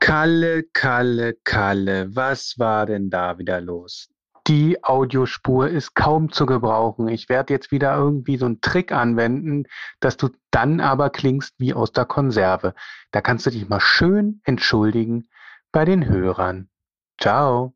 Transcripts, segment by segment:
Kalle, Kalle, Kalle, was war denn da wieder los? Die Audiospur ist kaum zu gebrauchen. Ich werde jetzt wieder irgendwie so einen Trick anwenden, dass du dann aber klingst wie aus der Konserve. Da kannst du dich mal schön entschuldigen bei den Hörern. Ciao.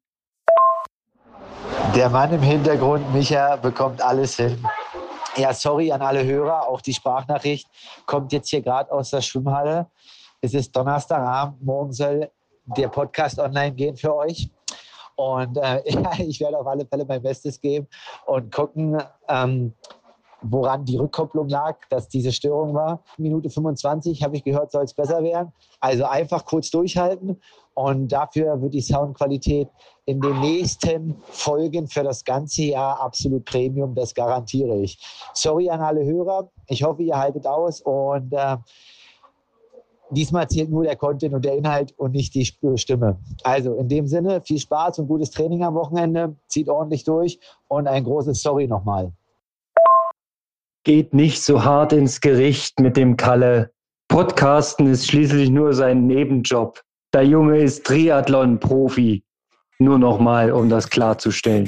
Der Mann im Hintergrund, Micha, bekommt alles hin. Ja, sorry an alle Hörer, auch die Sprachnachricht kommt jetzt hier gerade aus der Schwimmhalle. Es ist Donnerstagabend, morgen soll der Podcast online gehen für euch. Und ja, ich werde auf alle Fälle mein Bestes geben und gucken, woran die Rückkopplung lag, dass diese Störung war. Minute 25, habe ich gehört, soll es besser werden. Also einfach kurz durchhalten und dafür wird die Soundqualität in den nächsten Folgen für das ganze Jahr absolut Premium, das garantiere ich. Sorry an alle Hörer, ich hoffe, ihr haltet aus und diesmal zählt nur der Content und der Inhalt und nicht die Stimme. Also in dem Sinne, viel Spaß und gutes Training am Wochenende, zieht ordentlich durch und ein großes Sorry nochmal. Geht nicht so hart ins Gericht mit dem Kalle. Podcasten ist schließlich nur sein Nebenjob. Der Junge ist Triathlon-Profi. Nur nochmal, um das klarzustellen.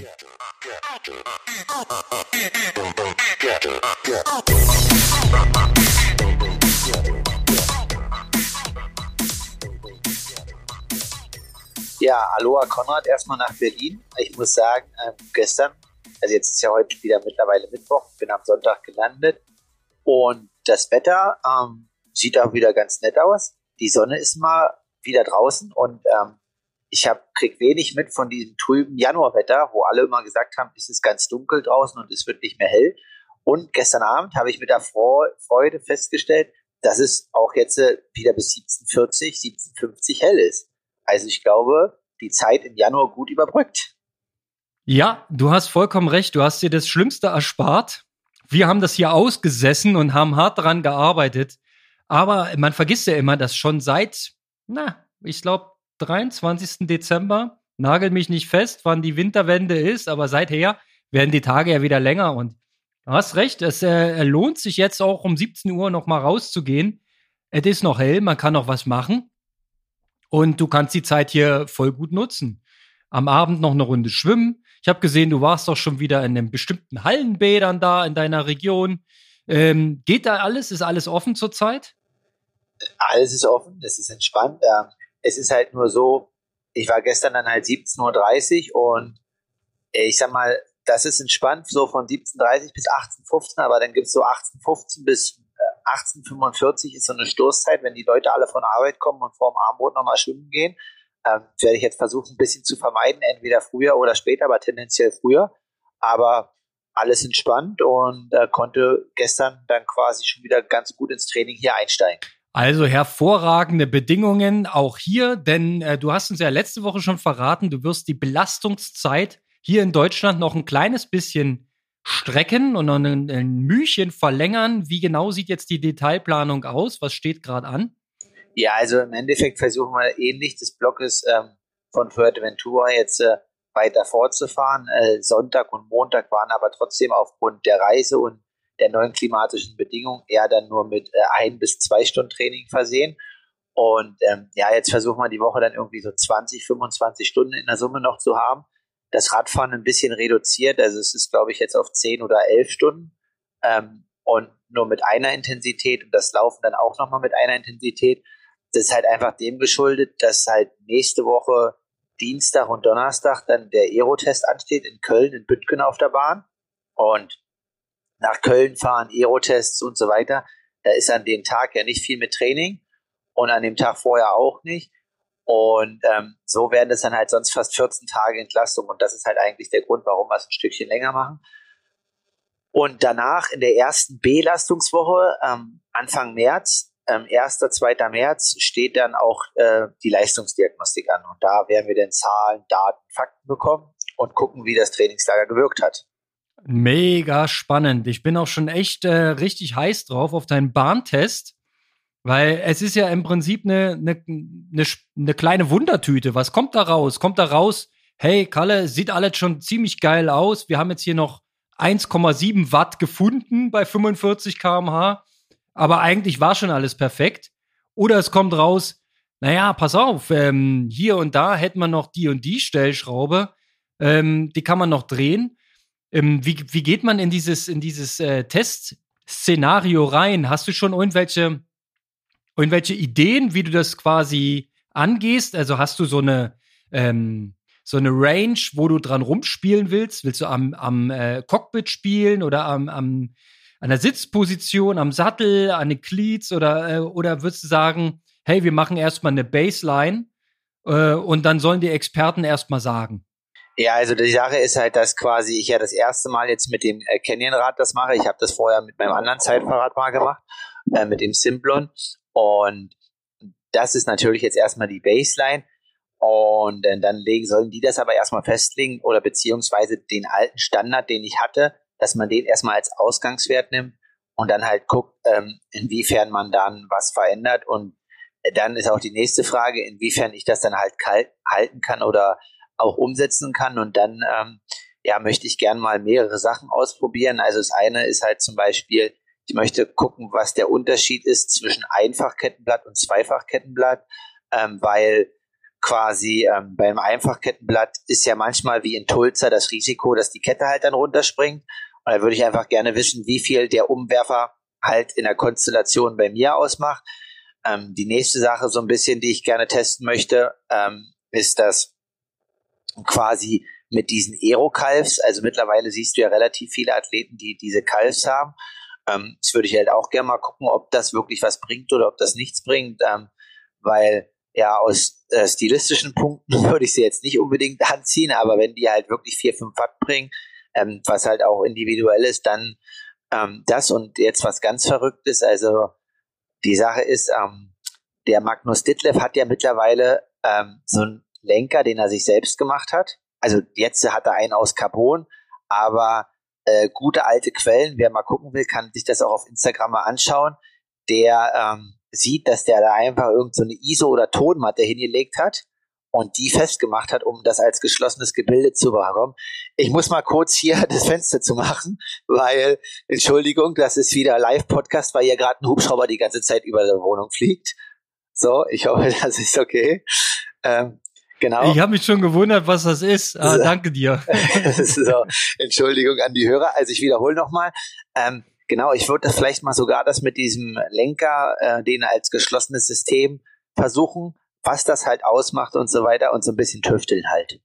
Ja, Aloha Konrad, erstmal nach Berlin. Ich muss sagen, gestern, also jetzt ist ja heute wieder mittlerweile Mittwoch, bin am Sonntag gelandet und das Wetter sieht auch wieder ganz nett aus. Die Sonne ist mal wieder draußen und ich krieg wenig mit von diesem trüben Januarwetter, wo alle immer gesagt haben, es ist ganz dunkel draußen und es wird nicht mehr hell. Und gestern Abend habe ich mit der Freude festgestellt, dass es auch jetzt wieder bis 17:40, 17:50 hell ist. Also ich glaube, die Zeit im Januar gut überbrückt. Ja, du hast vollkommen recht. Du hast dir das Schlimmste erspart. Wir haben das hier ausgesessen und haben hart daran gearbeitet. Aber man vergisst ja immer, dass schon seit, ich glaube, 23. Dezember, nagel mich nicht fest, wann die Winterwende ist, aber seither werden die Tage ja wieder länger. Und du hast recht, es lohnt sich jetzt auch um 17 Uhr noch mal rauszugehen. Es ist noch hell, man kann noch was machen. Und du kannst die Zeit hier voll gut nutzen. Am Abend noch eine Runde schwimmen. Ich habe gesehen, du warst doch schon wieder in einem bestimmten Hallenbädern da in deiner Region. Geht da alles? Ist alles offen zurzeit? Alles ist offen, es ist entspannt. Es ist halt nur so, ich war gestern dann halt 17:30 Uhr und ich sag mal, das ist entspannt, so von 17:30 bis 18:15 Uhr, aber dann gibt es so 18:15 bis 18:45 ist so eine Stoßzeit, wenn die Leute alle von Arbeit kommen und vor dem Abendbrot nochmal schwimmen gehen. Werde ich jetzt versuchen, ein bisschen zu vermeiden, entweder früher oder später, aber tendenziell früher. Aber alles entspannt und konnte gestern dann quasi schon wieder ganz gut ins Training hier einsteigen. Also hervorragende Bedingungen auch hier, denn du hast uns ja letzte Woche schon verraten, du wirst die Belastungszeit hier in Deutschland noch ein kleines bisschen strecken und noch ein Mühchen verlängern. Wie genau sieht jetzt die Detailplanung aus? Was steht gerade an? Ja, also im Endeffekt versuchen wir ähnlich des Blockes von Fuerteventura jetzt weiter fortzufahren. Sonntag und Montag waren aber trotzdem aufgrund der Reise und der neuen klimatischen Bedingungen eher dann nur mit 1 bis 2 Stunden Training versehen. Und jetzt versuchen wir die Woche dann irgendwie so 20, 25 Stunden in der Summe noch zu haben. Das Radfahren ein bisschen reduziert, also es ist, glaube ich, jetzt auf 10 oder 11 Stunden und nur mit einer Intensität und das Laufen dann auch nochmal mit einer Intensität. Das ist halt einfach dem geschuldet, dass halt nächste Woche Dienstag und Donnerstag dann der Aerotest ansteht in Köln, in Büttgen auf der Bahn und nach Köln fahren, Aerotests und so weiter. Da ist an dem Tag ja nicht viel mit Training und an dem Tag vorher auch nicht. Und so werden es dann halt sonst fast 14 Tage Entlastung. Und das ist halt eigentlich der Grund, warum wir es ein Stückchen länger machen. Und danach in der ersten Belastungswoche, Anfang März, 1., 2. März, steht dann auch die Leistungsdiagnostik an. Und da werden wir dann Zahlen, Daten, Fakten bekommen und gucken, wie das Trainingslager gewirkt hat. Mega spannend. Ich bin auch schon echt richtig heiß drauf auf deinen Bahntest, weil es ist ja im Prinzip eine kleine Wundertüte. Was kommt da raus? Kommt da raus, hey Kalle, sieht alles schon ziemlich geil aus. Wir haben jetzt hier noch 1,7 Watt gefunden bei 45 km/h, aber eigentlich war schon alles perfekt. Oder es kommt raus, naja, pass auf, hier und da hätte man noch die und die Stellschraube, die kann man noch drehen. Wie geht man in dieses Testszenario rein? Hast du schon irgendwelche Ideen, wie du das quasi angehst? Also hast du so eine Range, wo du dran rumspielen willst? Willst du am Cockpit spielen oder an der Sitzposition, am Sattel, an den Cleats oder würdest du sagen, hey, wir machen erstmal eine Baseline und dann sollen die Experten erstmal sagen? Ja, also die Sache ist halt, dass quasi ich ja das erste Mal jetzt mit dem Canyon-Rad das mache. Ich habe das vorher mit meinem anderen Zeitfahrrad mal gemacht, mit dem Simplon. Und das ist natürlich jetzt erstmal die Baseline. Und dann sollen die das aber erstmal festlegen oder beziehungsweise den alten Standard, den ich hatte, dass man den erstmal als Ausgangswert nimmt und dann halt guckt, inwiefern man dann was verändert. Und dann ist auch die nächste Frage, inwiefern ich das dann halt halten kann oder auch umsetzen kann. Und dann möchte ich gern mal mehrere Sachen ausprobieren. Also das eine ist halt zum Beispiel, ich möchte gucken, was der Unterschied ist zwischen Einfachkettenblatt und Zweifachkettenblatt, weil quasi beim Einfachkettenblatt ist ja manchmal wie in Tulsa das Risiko, dass die Kette halt dann runterspringt. Und da würde ich einfach gerne wissen, wie viel der Umwerfer halt in der Konstellation bei mir ausmacht. Die nächste Sache so ein bisschen, die ich gerne testen möchte, ist das quasi mit diesen Aero-Calves. Also mittlerweile siehst du ja relativ viele Athleten, die diese Calves haben. Das würde ich halt auch gerne mal gucken, ob das wirklich was bringt oder ob das nichts bringt, weil ja aus stilistischen Punkten würde ich sie jetzt nicht unbedingt anziehen, aber wenn die halt wirklich 4, 5 Watt bringen, was halt auch individuell ist, dann das. Und jetzt was ganz Verrücktes, also die Sache ist, der Magnus Ditlev hat ja mittlerweile so einen Lenker, den er sich selbst gemacht hat. Also jetzt hat er einen aus Carbon, aber gute alte Quellen, wer mal gucken will, kann sich das auch auf Instagram mal anschauen. Der sieht, dass der da einfach irgend so eine ISO- oder Tonmatte hingelegt hat und die festgemacht hat, um das als geschlossenes Gebilde zu bekommen. Ich muss mal kurz hier das Fenster zu machen, weil, Entschuldigung, das ist wieder Live-Podcast, weil hier gerade ein Hubschrauber die ganze Zeit über der Wohnung fliegt. So, ich hoffe, das ist okay. Genau. Ich habe mich schon gewundert, was das ist. Danke dir. So, Entschuldigung an die Hörer. Also ich wiederhole nochmal. Genau, ich würde das vielleicht mal sogar das mit diesem Lenker, den als geschlossenes System versuchen, was das halt ausmacht und so weiter und so ein bisschen tüfteln halt.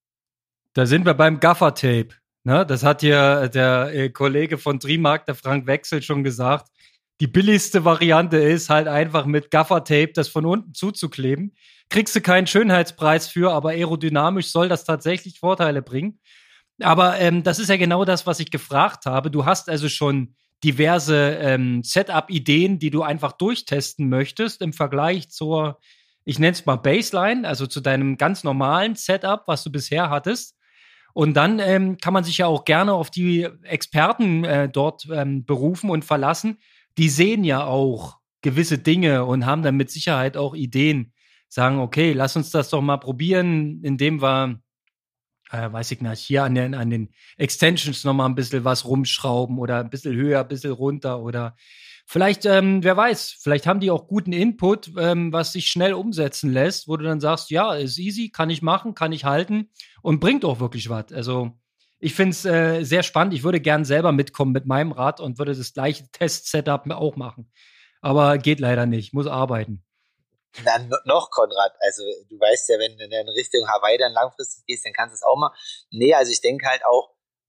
Da sind wir beim Gaffertape. Ne? Das hat ja der Kollege von Trimark, der Frank Wechsel, schon gesagt. Die billigste Variante ist halt einfach mit Gaffertape das von unten zuzukleben. Kriegst du keinen Schönheitspreis für, aber aerodynamisch soll das tatsächlich Vorteile bringen. Aber das ist ja genau das, was ich gefragt habe. Du hast also schon diverse Setup-Ideen, die du einfach durchtesten möchtest im Vergleich zur, ich nenne es mal Baseline, also zu deinem ganz normalen Setup, was du bisher hattest. Und dann kann man sich ja auch gerne auf die Experten dort berufen und verlassen. Die sehen ja auch gewisse Dinge und haben dann mit Sicherheit auch Ideen. Sagen, okay, lass uns das doch mal probieren, indem wir, weiß ich nicht, hier an den Extensions noch mal ein bisschen was rumschrauben oder ein bisschen höher, ein bisschen runter oder vielleicht, wer weiß, vielleicht haben die auch guten Input, was sich schnell umsetzen lässt, wo du dann sagst, ja, ist easy, kann ich machen, kann ich halten und bringt auch wirklich was. Also ich finde es sehr spannend. Ich würde gern selber mitkommen mit meinem Rad und würde das gleiche Test-Setup auch machen. Aber geht leider nicht, muss arbeiten. Dann noch, Konrad, also du weißt ja, wenn du in Richtung Hawaii dann langfristig gehst, dann kannst du es auch mal. Nee, also ich denke halt auch,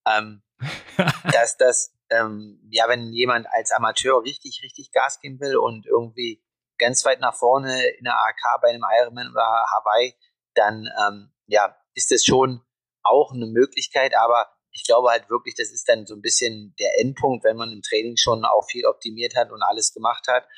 dass das, wenn jemand als Amateur richtig, richtig Gas geben will und irgendwie ganz weit nach vorne in der AK bei einem Ironman oder Hawaii, dann ist das schon auch eine Möglichkeit, aber ich glaube halt wirklich, das ist dann so ein bisschen der Endpunkt, wenn man im Training schon auch viel optimiert hat und alles gemacht hat.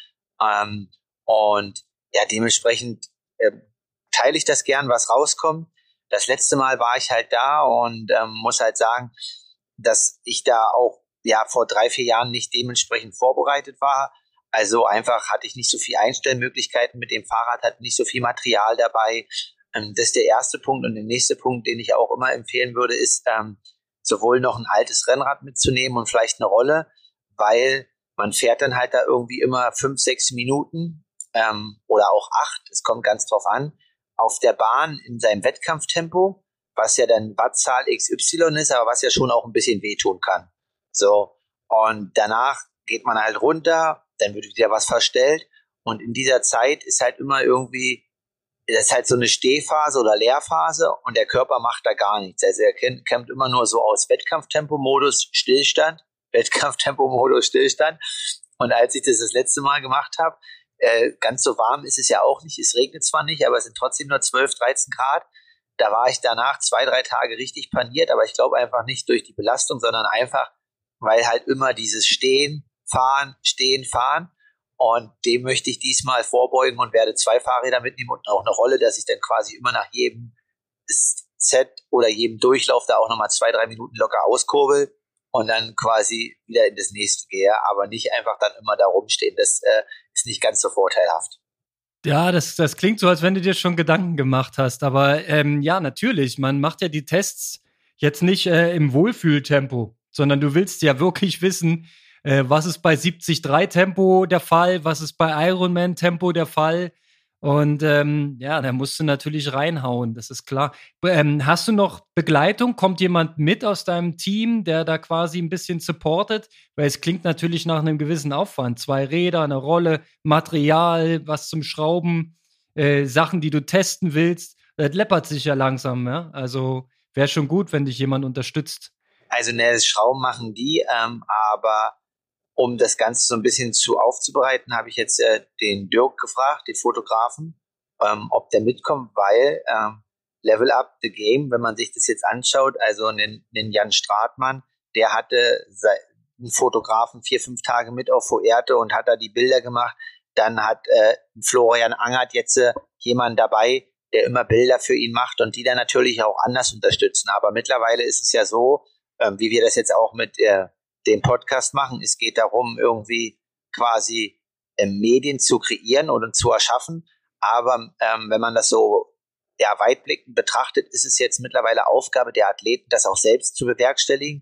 Und ja, dementsprechend teile ich das gern, was rauskommt. Das letzte Mal war ich halt da und muss halt sagen, dass ich da auch vor 3, 4 Jahren nicht dementsprechend vorbereitet war. Also einfach hatte ich nicht so viel Einstellmöglichkeiten mit dem Fahrrad, hatte nicht so viel Material dabei. Das ist der erste Punkt. Und der nächste Punkt, den ich auch immer empfehlen würde, ist sowohl noch ein altes Rennrad mitzunehmen und vielleicht eine Rolle, weil man fährt dann halt da irgendwie immer 5, 6 Minuten oder auch 8, es kommt ganz drauf an, auf der Bahn in seinem Wettkampftempo, was ja dann Wattzahl XY ist, aber was ja schon auch ein bisschen wehtun kann. So, und danach geht man halt runter, dann wird wieder was verstellt und in dieser Zeit ist halt immer irgendwie, das ist halt so eine Stehphase oder Leerphase und der Körper macht da gar nichts. Also er kämpft immer nur so aus Wettkampftempo-Modus Stillstand, Wettkampftempo-Modus Stillstand. Und als ich das letzte Mal gemacht habe, ganz so warm ist es ja auch nicht, es regnet zwar nicht, aber es sind trotzdem nur 12, 13 Grad. Da war ich danach 2, 3 Tage richtig paniert, aber ich glaube einfach nicht durch die Belastung, sondern einfach, weil halt immer dieses Stehen, Fahren. Und dem möchte ich diesmal vorbeugen und werde 2 Fahrräder mitnehmen und auch eine Rolle, dass ich dann quasi immer nach jedem Set oder jedem Durchlauf da auch nochmal 2, 3 Minuten locker auskurbel und dann quasi wieder in das nächste gehe, aber nicht einfach dann immer da rumstehen. Das ist nicht ganz so vorteilhaft. Ja, das klingt so, als wenn du dir schon Gedanken gemacht hast. Aber ja, natürlich, man macht ja die Tests jetzt nicht im Wohlfühltempo, sondern du willst ja wirklich wissen, was ist bei 70-3 Tempo der Fall, was ist bei Ironman Tempo der Fall. Und ja, da musst du natürlich reinhauen, das ist klar. Hast du noch Begleitung? Kommt jemand mit aus deinem Team, der da quasi ein bisschen supportet? Weil es klingt natürlich nach einem gewissen Aufwand. 2 Räder, eine Rolle, Material, was zum Schrauben, Sachen, die du testen willst. Das läppert sich ja langsam, ja? Also wäre schon gut, wenn dich jemand unterstützt. Also das Schrauben machen die, aber um das Ganze so ein bisschen aufzubereiten, habe ich jetzt den Dirk gefragt, den Fotografen, ob der mitkommt, weil Level Up the Game, wenn man sich das jetzt anschaut, also einen Jan Stratmann, der hatte einen Fotografen 4, 5 Tage mit auf Fuerte und hat da die Bilder gemacht. Dann hat Florian Angert jetzt jemanden dabei, der immer Bilder für ihn macht und die dann natürlich auch anders unterstützen. Aber mittlerweile ist es ja so, wie wir das jetzt auch mit dem Podcast machen. Es geht darum, irgendwie quasi Medien zu kreieren oder zu erschaffen. Aber wenn man das so weitblickend betrachtet, ist es jetzt mittlerweile Aufgabe der Athleten, das auch selbst zu bewerkstelligen,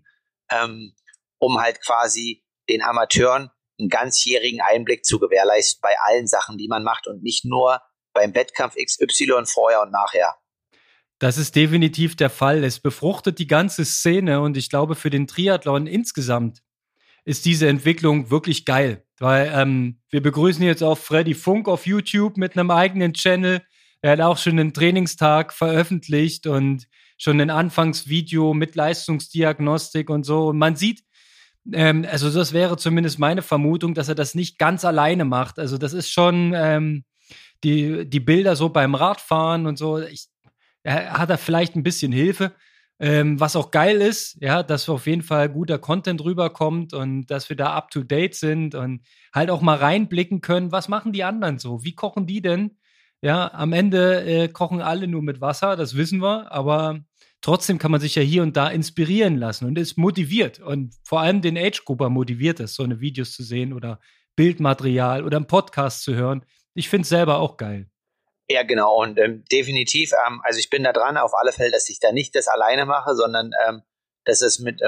um halt quasi den Amateuren einen ganzjährigen Einblick zu gewährleisten bei allen Sachen, die man macht und nicht nur beim Wettkampf XY vorher und nachher. Das ist definitiv der Fall. Es befruchtet die ganze Szene und ich glaube, für den Triathlon insgesamt ist diese Entwicklung wirklich geil. Weil wir begrüßen jetzt auch Freddy Funk auf YouTube mit einem eigenen Channel. Er hat auch schon einen Trainingstag veröffentlicht und schon ein Anfangsvideo mit Leistungsdiagnostik und so. Und man sieht, also das wäre zumindest meine Vermutung, dass er das nicht ganz alleine macht. Also das ist schon die Bilder so beim Radfahren und so. Hat er vielleicht ein bisschen Hilfe, was auch geil ist, ja, dass auf jeden Fall guter Content rüberkommt und dass wir da up to date sind und halt auch mal reinblicken können, was machen die anderen so, wie kochen die denn? Ja, am Ende kochen alle nur mit Wasser, das wissen wir, aber trotzdem kann man sich ja hier und da inspirieren lassen und ist motiviert und vor allem den Age-Grupper motiviert es, so eine Videos zu sehen oder Bildmaterial oder einen Podcast zu hören. Ich finde es selber auch geil. Ja, genau. Und definitiv, also ich bin da dran, auf alle Fälle, dass ich da nicht das alleine mache, sondern dass es mit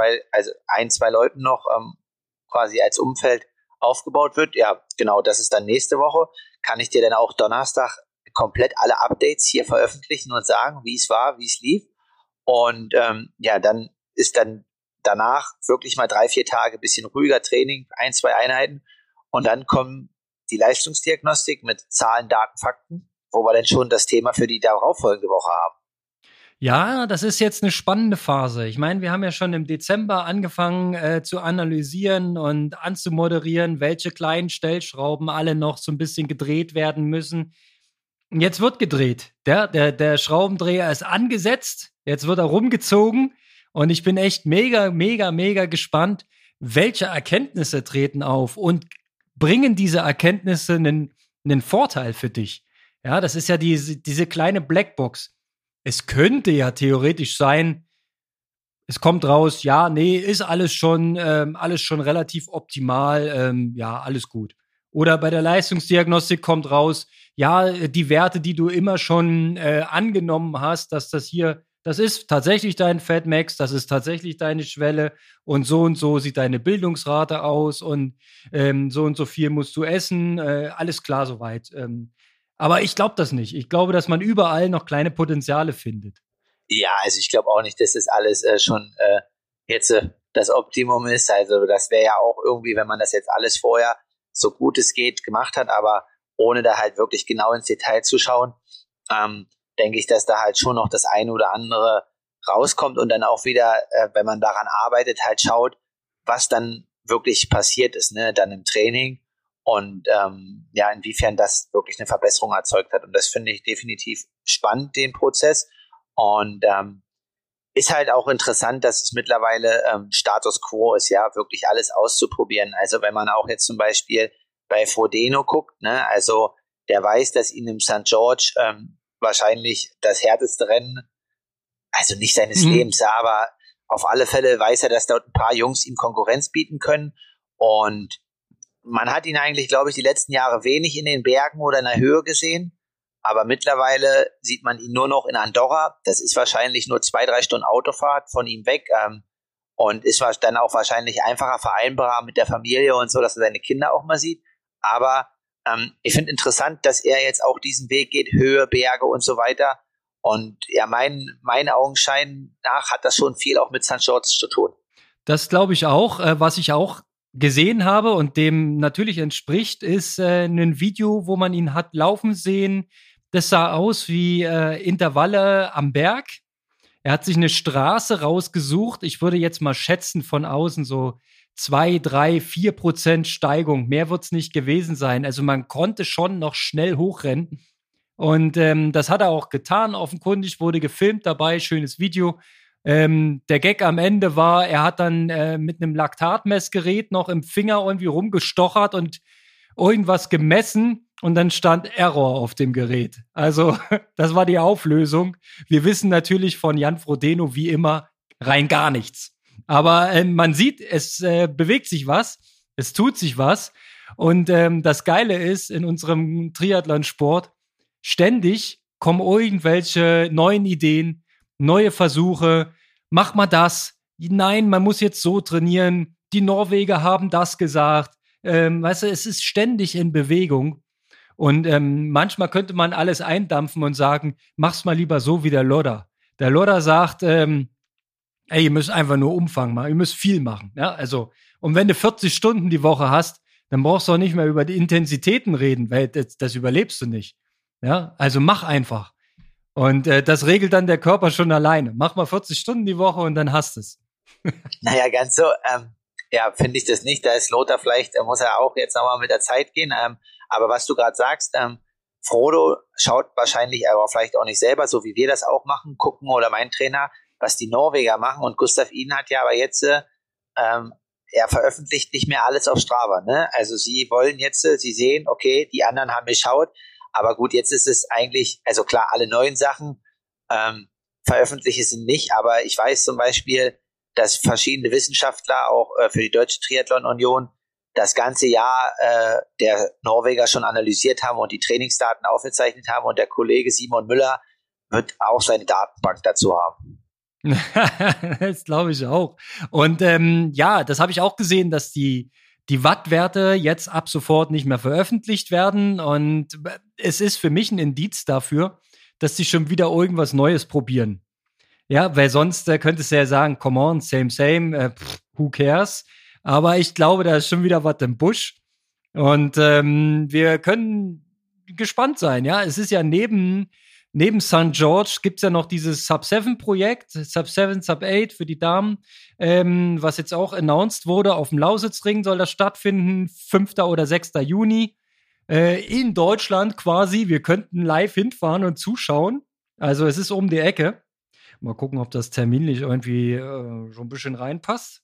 2 Leuten noch quasi als Umfeld aufgebaut wird. Ja, genau, das ist dann nächste Woche. Kann ich dir dann auch Donnerstag komplett alle Updates hier veröffentlichen und sagen, wie es war, wie es lief. Und dann ist dann danach wirklich mal 3, 4 Tage bisschen ruhiger Training, 1, 2 Einheiten. Und dann kommen die Leistungsdiagnostik mit Zahlen, Daten, Fakten, wo wir dann schon das Thema für die darauffolgende Woche haben. Ja, das ist jetzt eine spannende Phase. Ich meine, wir haben ja schon im Dezember angefangen zu analysieren und anzumoderieren, welche kleinen Stellschrauben alle noch so ein bisschen gedreht werden müssen. Und jetzt wird gedreht. Der Schraubendreher ist angesetzt, jetzt wird er rumgezogen und ich bin echt mega, mega, mega gespannt, welche Erkenntnisse treten auf und bringen diese Erkenntnisse einen Vorteil für dich. Ja, das ist ja diese kleine Blackbox. Es könnte ja theoretisch sein, es kommt raus, ja, nee, ist alles schon relativ optimal, ja, alles gut. Oder bei der Leistungsdiagnostik kommt raus, ja, die Werte, die du immer schon angenommen hast, dass das ist tatsächlich dein Fatmax, das ist tatsächlich deine Schwelle und so sieht deine Bildungsrate aus und so viel musst du essen, alles klar soweit. Aber ich glaube das nicht. Ich glaube, dass man überall noch kleine Potenziale findet. Ja, also ich glaube auch nicht, dass das alles schon jetzt das Optimum ist. Also das wäre ja auch irgendwie, wenn man das jetzt alles vorher so gut es geht gemacht hat, aber ohne da halt wirklich genau ins Detail zu schauen, denke ich, dass da halt schon noch das eine oder andere rauskommt und dann auch wieder, wenn man daran arbeitet, halt schaut, was dann wirklich passiert ist, ne, dann im Training und ja, inwiefern das wirklich eine Verbesserung erzeugt hat. Und das finde ich definitiv spannend, den Prozess. Und ist halt auch interessant, dass es mittlerweile Status Quo ist, ja, wirklich alles auszuprobieren. Also wenn man auch jetzt zum Beispiel bei Frodeno guckt, ne, also der weiß, dass ihn im St. George wahrscheinlich das härteste Rennen, also nicht seines Lebens, aber auf alle Fälle weiß er, dass dort ein paar Jungs ihm Konkurrenz bieten können. Und man hat ihn eigentlich, glaube ich, die letzten Jahre wenig in den Bergen oder in der Höhe gesehen. Aber mittlerweile sieht man ihn nur noch in Andorra. Das ist wahrscheinlich nur 2-3 Stunden Autofahrt von ihm weg. Und ist dann auch wahrscheinlich einfacher vereinbar mit der Familie und so, dass er seine Kinder auch mal sieht. Aber ich finde interessant, dass er jetzt auch diesen Weg geht, Höhe, Berge und so weiter. Und ja, meine Augenschein nach hat das schon viel auch mit St. George zu tun. Das glaube ich auch. Was ich auch gesehen habe und dem natürlich entspricht, ist ein Video, wo man ihn hat laufen sehen. Das sah aus wie Intervalle am Berg. Er hat sich eine Straße rausgesucht. Ich würde jetzt mal schätzen von außen so 2, 3, 4% Steigung. Mehr wird es nicht gewesen sein. Also man konnte schon noch schnell hochrennen. Und das hat er auch getan. Offenkundig wurde gefilmt dabei. Schönes Video. Der Gag am Ende war, er hat dann mit einem Laktatmessgerät noch im Finger irgendwie rumgestochert und irgendwas gemessen und dann stand Error auf dem Gerät. Also das war die Auflösung. Wir wissen natürlich von Jan Frodeno wie immer rein gar nichts. Aber man sieht, es bewegt sich was, es tut sich was. Und das Geile ist, in unserem Triathlonsport, ständig kommen irgendwelche neuen Ideen, neue Versuche. Mach mal das. Nein, man muss jetzt so trainieren. Die Norweger haben das gesagt. Weißt du, es ist ständig in Bewegung. Und manchmal könnte man alles eindampfen und sagen, mach's mal lieber so wie der Lodder. Der Lodder sagt, ey, ihr müsst einfach nur Umfang machen, ihr müsst viel machen. Ja, also, und wenn du 40 Stunden die Woche hast, dann brauchst du auch nicht mehr über die Intensitäten reden, weil das überlebst du nicht. Ja, also mach einfach. Und das regelt dann der Körper schon alleine. Mach mal 40 Stunden die Woche und dann hast du es. Naja, ganz so, ja, finde ich das nicht. Da ist Lothar vielleicht, muss er auch jetzt nochmal mit der Zeit gehen. Aber was du gerade sagst, Frodo schaut wahrscheinlich, aber vielleicht auch nicht selber, so wie wir das auch machen, gucken oder mein Trainer, was die Norweger machen. Und Gustav Iden hat ja aber jetzt, er veröffentlicht nicht mehr alles auf Strava. Ne? Also sie wollen jetzt, sie sehen, okay, die anderen haben geschaut. Aber gut, jetzt ist es eigentlich, also klar, alle neuen Sachen veröffentliche ich nicht. Aber ich weiß zum Beispiel, dass verschiedene Wissenschaftler auch für die Deutsche Triathlon Union das ganze Jahr der Norweger schon analysiert haben und die Trainingsdaten aufgezeichnet haben. Und der Kollege Simon Müller wird auch seine Datenbank dazu haben. Das glaube ich auch. Und ja, das habe ich auch gesehen, dass die Wattwerte jetzt ab sofort nicht mehr veröffentlicht werden. Und es ist für mich ein Indiz dafür, dass sie schon wieder irgendwas Neues probieren. Ja, weil sonst könntest du ja sagen, come on, same, who cares? Aber ich glaube, da ist schon wieder was im Busch. Und wir können gespannt sein. Ja, es ist ja neben St. George gibt's ja noch dieses Sub-7-Projekt, Sub-7, Sub-8 für die Damen, was jetzt auch announced wurde. Auf dem Lausitzring soll das stattfinden, 5. oder 6. Juni. In Deutschland quasi. Wir könnten live hinfahren und zuschauen. Also es ist um die Ecke. Mal gucken, ob das terminlich irgendwie so ein bisschen reinpasst.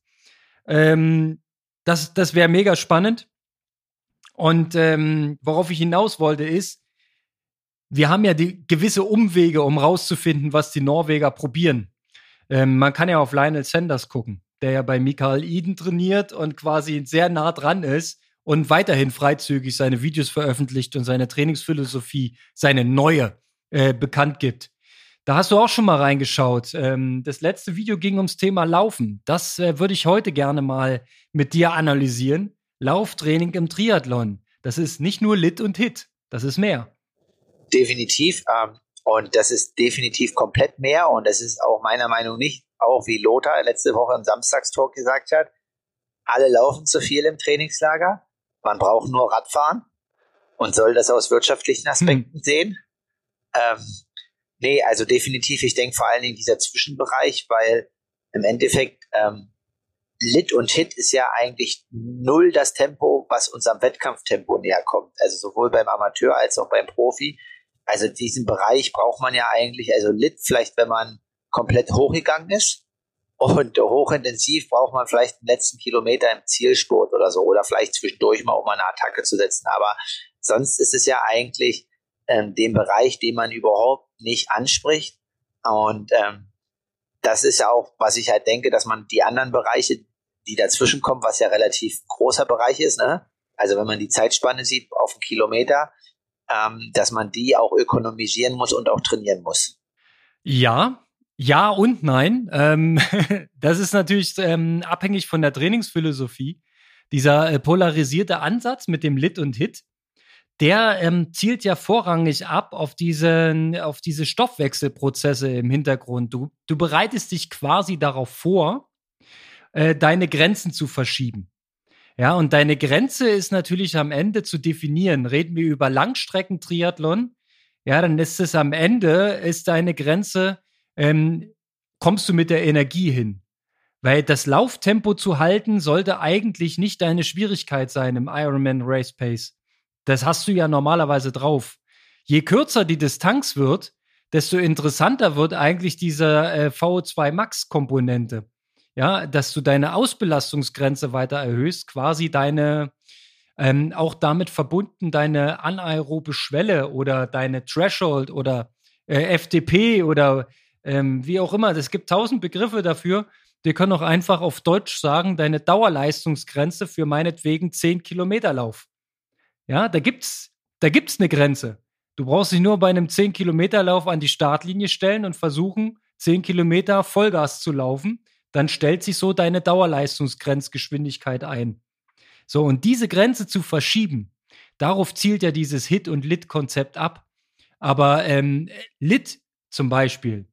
Das wäre mega spannend. Und worauf ich hinaus wollte ist, wir haben ja die gewisse Umwege, um rauszufinden, was die Norweger probieren. Man kann ja auf Lionel Sanders gucken, der ja bei Michael Iden trainiert und quasi sehr nah dran ist und weiterhin freizügig seine Videos veröffentlicht und seine Trainingsphilosophie, seine neue, bekannt gibt. Da hast du auch schon mal reingeschaut. Das letzte Video ging ums Thema Laufen. Das würde ich heute gerne mal mit dir analysieren. Lauftraining im Triathlon. Das ist nicht nur Lit und Hit. Das ist mehr. Definitiv. Und das ist definitiv komplett mehr. Und das ist auch meiner Meinung nach nicht, auch wie Lothar letzte Woche im Samstagstalk gesagt hat, alle laufen zu viel im Trainingslager. Man braucht nur Radfahren und soll das aus wirtschaftlichen Aspekten sehen. Nee, also definitiv, ich denke vor allen Dingen dieser Zwischenbereich, weil im Endeffekt Lit und Hit ist ja eigentlich null das Tempo, was unserem Wettkampftempo näher kommt. Also sowohl beim Amateur als auch beim Profi. Also diesen Bereich braucht man ja eigentlich, also Lit vielleicht, wenn man komplett hochgegangen ist und hochintensiv braucht man vielleicht den letzten Kilometer im Zielspurt oder so oder vielleicht zwischendurch mal, um eine Attacke zu setzen. Aber sonst ist es ja eigentlich den Bereich, den man überhaupt nicht anspricht. Und das ist ja auch, was ich halt denke, dass man die anderen Bereiche, die dazwischen kommen, was ja relativ großer Bereich ist, ne? Also wenn man die Zeitspanne sieht auf einen Kilometer, dass man die auch ökonomisieren muss und auch trainieren muss. Ja und nein. Das ist natürlich abhängig von der Trainingsphilosophie. Dieser polarisierte Ansatz mit dem Lit und Hit, der zielt ja vorrangig ab auf diese Stoffwechselprozesse im Hintergrund. Du bereitest dich quasi darauf vor, deine Grenzen zu verschieben. Ja, und deine Grenze ist natürlich am Ende zu definieren. Reden wir über Langstreckentriathlon, ja, dann ist es am Ende, ist deine Grenze, kommst du mit der Energie hin. Weil das Lauftempo zu halten, sollte eigentlich nicht deine Schwierigkeit sein im Ironman Race Pace. Das hast du ja normalerweise drauf. Je kürzer die Distanz wird, desto interessanter wird eigentlich diese VO2 Max Komponente. Ja, dass du deine Ausbelastungsgrenze weiter erhöhst, quasi deine, auch damit verbunden deine anaerobe Schwelle oder deine Threshold oder FTP oder wie auch immer. Es gibt 1000 Begriffe dafür. Wir können auch einfach auf Deutsch sagen, deine Dauerleistungsgrenze für meinetwegen 10 Kilometer Lauf. Ja, da gibt's eine Grenze. Du brauchst dich nur bei einem 10 Kilometer Lauf an die Startlinie stellen und versuchen, 10 Kilometer Vollgas zu laufen. Dann stellt sich so deine Dauerleistungsgrenzgeschwindigkeit ein. So, und diese Grenze zu verschieben, darauf zielt ja dieses Hit- und Lit-Konzept ab. Aber Lit zum Beispiel,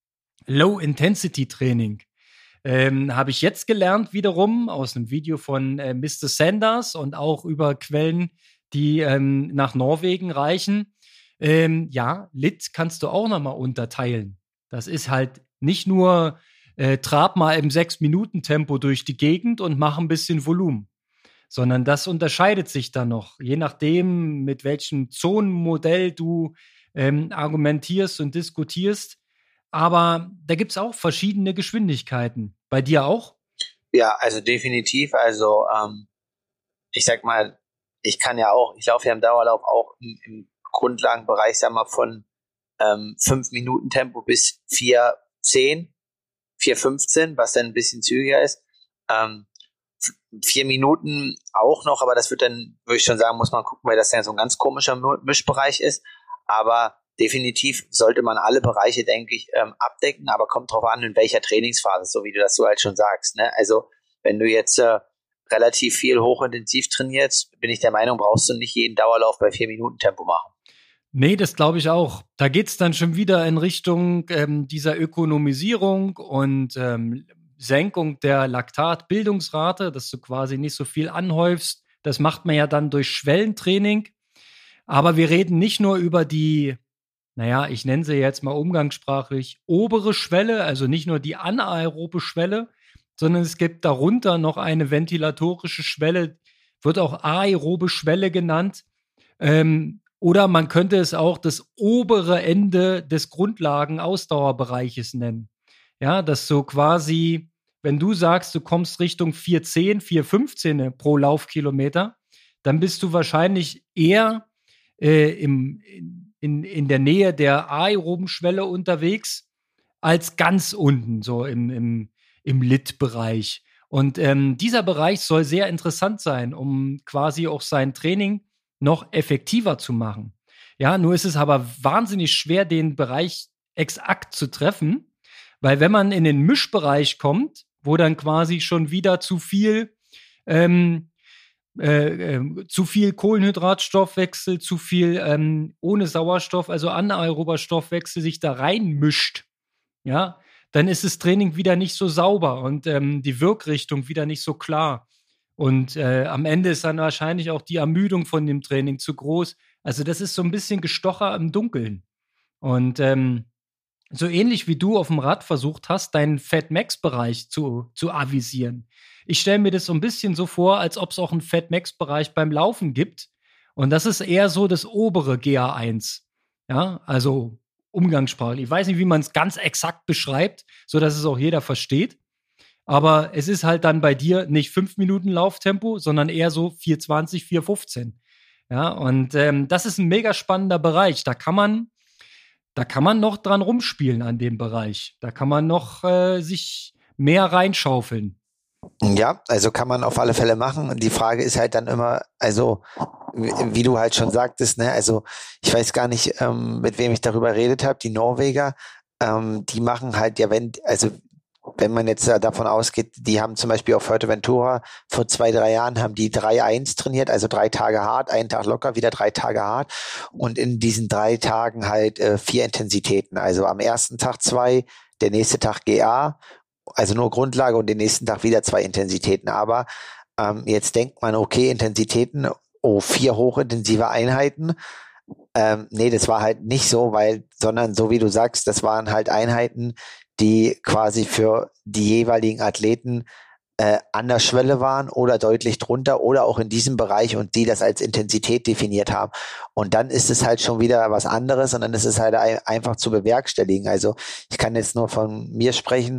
Low-Intensity-Training, habe ich jetzt gelernt wiederum aus einem Video von Mr. Sanders und auch über Quellen, die nach Norwegen reichen. Ja, Lit kannst du auch nochmal unterteilen. Das ist halt nicht nur trab mal im 6-Minuten-Tempo durch die Gegend und mach ein bisschen Volumen. Sondern das unterscheidet sich dann noch, je nachdem, mit welchem Zonenmodell du argumentierst und diskutierst. Aber da gibt es auch verschiedene Geschwindigkeiten. Bei dir auch? Ja, also definitiv. Also ich sag mal, ich laufe ja im Dauerlauf auch im Grundlagenbereich, sag mal, von 5-Minuten-Tempo bis 4:10. 4:15, was dann ein bisschen zügiger ist. 4 Minuten auch noch, aber das wird dann, würde ich schon sagen, muss man gucken, weil das ja so ein ganz komischer Mischbereich ist. Aber definitiv sollte man alle Bereiche, denke ich, abdecken, aber kommt drauf an, in welcher Trainingsphase, so wie du das so halt schon sagst. Ne? Also wenn du jetzt relativ viel hochintensiv trainierst, bin ich der Meinung, brauchst du nicht jeden Dauerlauf bei 4-Minuten-Tempo machen. Nee, das glaube ich auch. Da geht's dann schon wieder in Richtung dieser Ökonomisierung und Senkung der Laktatbildungsrate, dass du quasi nicht so viel anhäufst. Das macht man ja dann durch Schwellentraining. Aber wir reden nicht nur über die, naja, ich nenne sie jetzt mal umgangssprachlich, obere Schwelle, also nicht nur die anaerobe Schwelle, sondern es gibt darunter noch eine ventilatorische Schwelle, wird auch aerobe Schwelle genannt. Oder man könnte es auch das obere Ende des Grundlagen-Ausdauerbereiches nennen. Ja, dass so quasi, wenn du sagst, du kommst Richtung 4:10, 4:15 pro Laufkilometer, dann bist du wahrscheinlich eher in der Nähe der aeroben Schwelle unterwegs, als ganz unten, so im Lit-Bereich. Und dieser Bereich soll sehr interessant sein, um quasi auch sein Training noch effektiver zu machen. Ja, nur ist es aber wahnsinnig schwer, den Bereich exakt zu treffen, weil wenn man in den Mischbereich kommt, wo dann quasi schon wieder zu viel Kohlenhydratstoffwechsel, zu viel ohne Sauerstoff, also anaerober Stoffwechsel sich da reinmischt, ja, dann ist das Training wieder nicht so sauber und die Wirkrichtung wieder nicht so klar. Und am Ende ist dann wahrscheinlich auch die Ermüdung von dem Training zu groß. Also das ist so ein bisschen Gestocher im Dunkeln. Und so ähnlich wie du auf dem Rad versucht hast, deinen Fat-Max-Bereich zu avisieren. Ich stelle mir das so ein bisschen so vor, als ob es auch einen Fat-Max-Bereich beim Laufen gibt. Und das ist eher so das obere GA1. Ja, also umgangssprachlich. Ich weiß nicht, wie man es ganz exakt beschreibt, so dass es auch jeder versteht. Aber es ist halt dann bei dir nicht 5 Minuten Lauftempo, sondern eher so 4:20, 4:15. Ja, und das ist ein mega spannender Bereich. Da kann man noch dran rumspielen an dem Bereich. Da kann man noch sich mehr reinschaufeln. Ja, also kann man auf alle Fälle machen. Und die Frage ist halt dann immer, also wie du halt schon sagtest, ne, also ich weiß gar nicht, mit wem ich darüber redet habe, die Norweger, die machen halt ja, wenn man jetzt davon ausgeht, die haben zum Beispiel auf Fuerteventura vor 2-3 Jahren haben die 3-1 trainiert, also 3 Tage hart, einen Tag locker, wieder 3 Tage hart und in diesen 3 Tagen halt 4 Intensitäten. Also am ersten Tag 2, der nächste Tag GA, also nur Grundlage und den nächsten Tag wieder 2 Intensitäten. Aber jetzt denkt man, okay, Intensitäten, 4 hochintensive Einheiten. Nee, das war halt nicht so, sondern so wie du sagst, das waren halt Einheiten, die quasi für die jeweiligen Athleten an der Schwelle waren oder deutlich drunter oder auch in diesem Bereich und die das als Intensität definiert haben. Und dann ist es halt schon wieder was anderes und dann ist es halt einfach zu bewerkstelligen. Also ich kann jetzt nur von mir sprechen.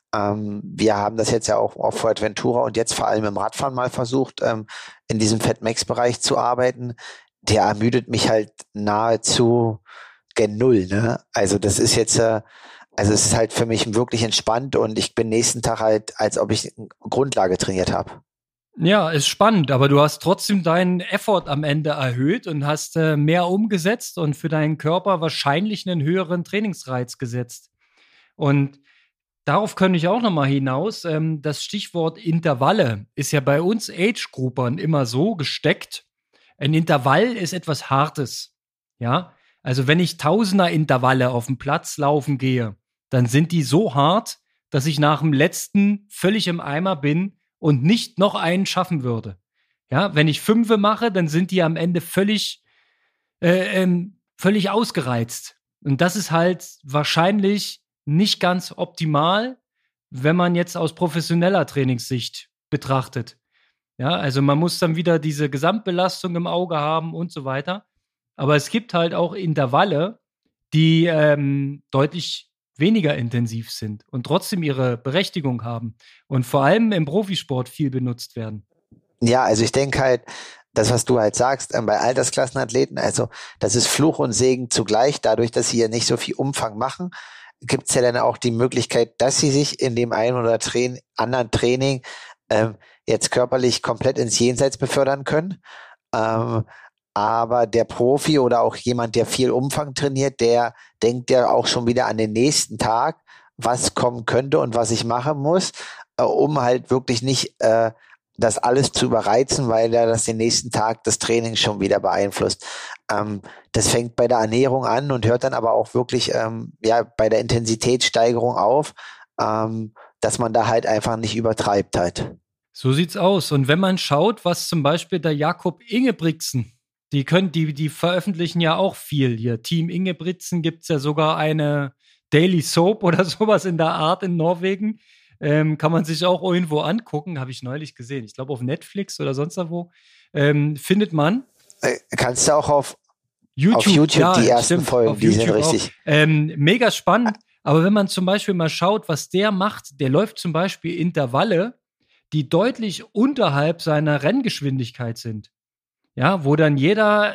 Wir haben das jetzt ja auch auf Fuerteventura und jetzt vor allem im Radfahren mal versucht, in diesem Fat-Max-Bereich zu arbeiten. Der ermüdet mich halt nahezu gen Null. Ne? Also das ist jetzt also es ist halt für mich wirklich entspannt und ich bin nächsten Tag halt, als ob ich Grundlage trainiert habe. Ja, ist spannend, aber du hast trotzdem deinen Effort am Ende erhöht und hast mehr umgesetzt und für deinen Körper wahrscheinlich einen höheren Trainingsreiz gesetzt. Und darauf könnte ich auch nochmal hinaus. Das Stichwort Intervalle ist ja bei uns Age-Groupern immer so gesteckt. Ein Intervall ist etwas Hartes. Ja, also wenn ich Tausender-Intervalle auf dem Platz laufen gehe, dann sind die so hart, dass ich nach dem letzten völlig im Eimer bin und nicht noch einen schaffen würde. Ja, wenn ich 5 mache, dann sind die am Ende völlig ausgereizt. Und das ist halt wahrscheinlich nicht ganz optimal, wenn man jetzt aus professioneller Trainingssicht betrachtet. Ja, also man muss dann wieder diese Gesamtbelastung im Auge haben und so weiter. Aber es gibt halt auch Intervalle, die deutlich weniger intensiv sind und trotzdem ihre Berechtigung haben und vor allem im Profisport viel benutzt werden. Ja, also ich denke halt, das, was du halt sagst, bei Altersklassenathleten, also das ist Fluch und Segen zugleich, dadurch, dass sie ja nicht so viel Umfang machen, gibt es ja dann auch die Möglichkeit, dass sie sich in dem einen oder anderen Training jetzt körperlich komplett ins Jenseits befördern können. Aber der Profi oder auch jemand, der viel Umfang trainiert, der denkt ja auch schon wieder an den nächsten Tag, was kommen könnte und was ich machen muss, um halt wirklich nicht das alles zu überreizen, weil er das den nächsten Tag das Training schon wieder beeinflusst. Das fängt bei der Ernährung an und hört dann aber auch wirklich bei der Intensitätssteigerung auf, dass man da halt einfach nicht übertreibt halt. So sieht's aus. Und wenn man schaut, was zum Beispiel der Jakob Ingebrigtsen, die veröffentlichen ja auch viel hier. Team Ingebrigtsen gibt's ja sogar eine Daily Soap oder sowas in der Art in Norwegen. Kann man sich auch irgendwo angucken, habe ich neulich gesehen. Ich glaube auf Netflix oder sonst wo. Findet man. Kannst du auch auf YouTube ja, die ersten Folgen, die sind richtig. Mega spannend. Aber wenn man zum Beispiel mal schaut, was der macht, der läuft zum Beispiel Intervalle, die deutlich unterhalb seiner Renngeschwindigkeit sind. Ja, wo dann jeder,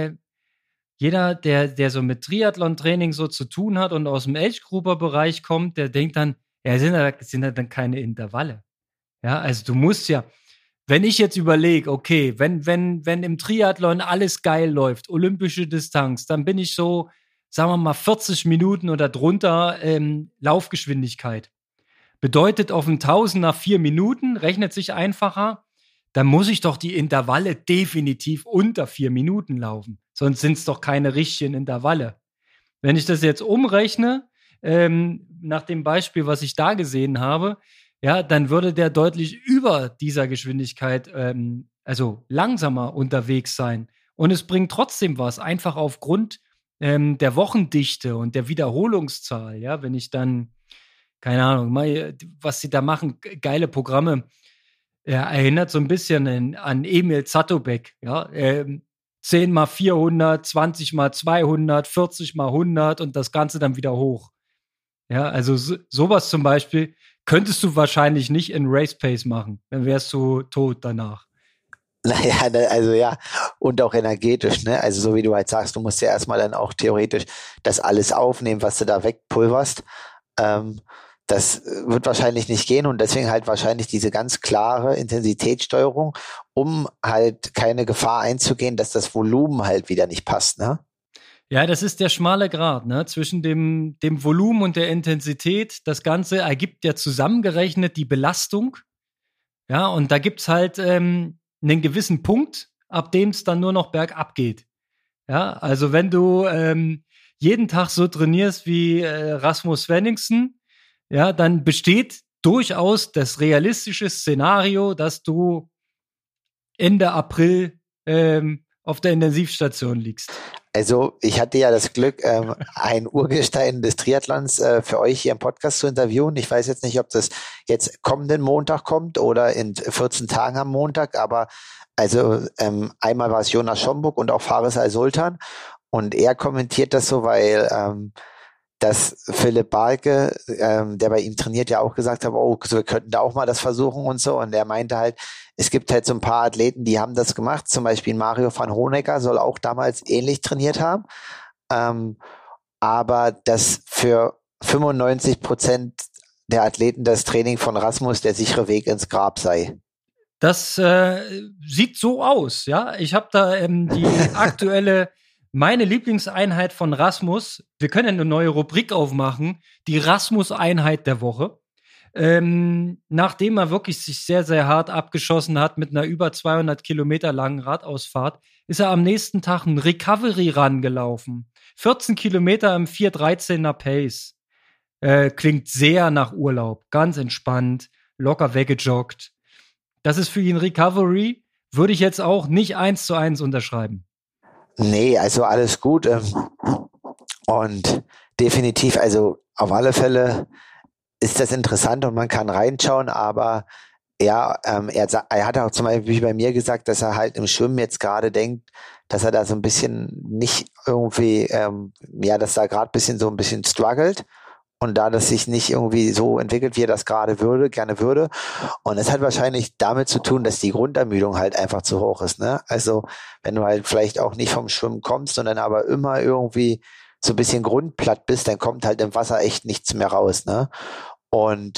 der so mit Triathlon-Training so zu tun hat und aus dem Age-Grouper-Bereich kommt, der denkt dann, ja, sind da dann keine Intervalle. Ja, also du musst ja, wenn ich jetzt überlege, okay, wenn im Triathlon alles geil läuft, olympische Distanz, dann bin ich so sagen wir mal 40 Minuten oder drunter Laufgeschwindigkeit. Bedeutet auf dem 1000 nach 4 Minuten, rechnet sich einfacher, dann muss ich doch die Intervalle definitiv unter 4 Minuten laufen. Sonst sind es doch keine richtigen Intervalle. Wenn ich das jetzt umrechne, nach dem Beispiel, was ich da gesehen habe, ja, dann würde der deutlich über dieser Geschwindigkeit, also langsamer unterwegs sein. Und es bringt trotzdem was, einfach aufgrund der Wochendichte und der Wiederholungszahl. Ja, wenn ich dann, keine Ahnung, mal, was sie da machen, geile Programme, erinnert so ein bisschen an Emil Zatopek. Ja, 10 mal 400, 20 mal 200, 40 mal 100 und das Ganze dann wieder hoch. Ja, also sowas zum Beispiel könntest du wahrscheinlich nicht in Race Pace machen. Dann wärst du tot danach. Naja, also ja, und auch energetisch, ne? Also so wie du halt sagst, du musst ja erstmal dann auch theoretisch das alles aufnehmen, was du da wegpulverst. Das wird wahrscheinlich nicht gehen und deswegen halt wahrscheinlich diese ganz klare Intensitätssteuerung, um halt keine Gefahr einzugehen, dass das Volumen halt wieder nicht passt, ne? Ja, das ist der schmale Grat, ne? Zwischen dem Volumen und der Intensität. Das Ganze ergibt ja zusammengerechnet die Belastung. Ja, und da gibt's halt einen gewissen Punkt, ab dem es dann nur noch bergab geht. Ja, also wenn du jeden Tag so trainierst wie Rasmus Svenningsen, ja, dann besteht durchaus das realistische Szenario, dass du Ende April auf der Intensivstation liegst. Also ich hatte ja das Glück, ein Urgestein des Triathlons für euch hier im Podcast zu interviewen. Ich weiß jetzt nicht, ob das jetzt kommenden Montag kommt oder in 14 Tagen am Montag, aber also einmal war es Jonas Schomburg und auch Faris Al-Sultan und er kommentiert das so, weil dass Philipp Balke, der bei ihm trainiert, ja auch gesagt hat, oh, so, wir könnten da auch mal das versuchen und so. Und er meinte halt, es gibt halt so ein paar Athleten, die haben das gemacht. Zum Beispiel Mario van Honecker soll auch damals ähnlich trainiert haben. Aber dass für 95% der Athleten das Training von Rasmus der sichere Weg ins Grab sei. Das sieht so aus, ja. Ich habe da die aktuelle meine Lieblingseinheit von Rasmus, wir können eine neue Rubrik aufmachen, die Rasmus-Einheit der Woche. Nachdem er wirklich sich sehr, sehr hart abgeschossen hat mit einer über 200 Kilometer langen Radausfahrt, ist er am nächsten Tag einen Recovery-Run gelaufen. 14 Kilometer im 4:13er Pace. Klingt sehr nach Urlaub, ganz entspannt, locker weggejoggt. Das ist für ihn Recovery, würde ich jetzt auch nicht 1:1 unterschreiben. Nee, also alles gut. Und definitiv, also auf alle Fälle ist das interessant und man kann reinschauen, aber ja, er hat auch zum Beispiel bei mir gesagt, dass er halt im Schwimmen jetzt gerade denkt, dass er da so ein bisschen nicht irgendwie, dass er gerade so ein bisschen struggelt. Und da das sich nicht irgendwie so entwickelt, wie er das gerade gerne würde. Und es hat wahrscheinlich damit zu tun, dass die Grundermüdung halt einfach zu hoch ist, ne? Also, wenn du halt vielleicht auch nicht vom Schwimmen kommst, sondern aber immer irgendwie so ein bisschen grundplatt bist, dann kommt halt im Wasser echt nichts mehr raus, ne? Und,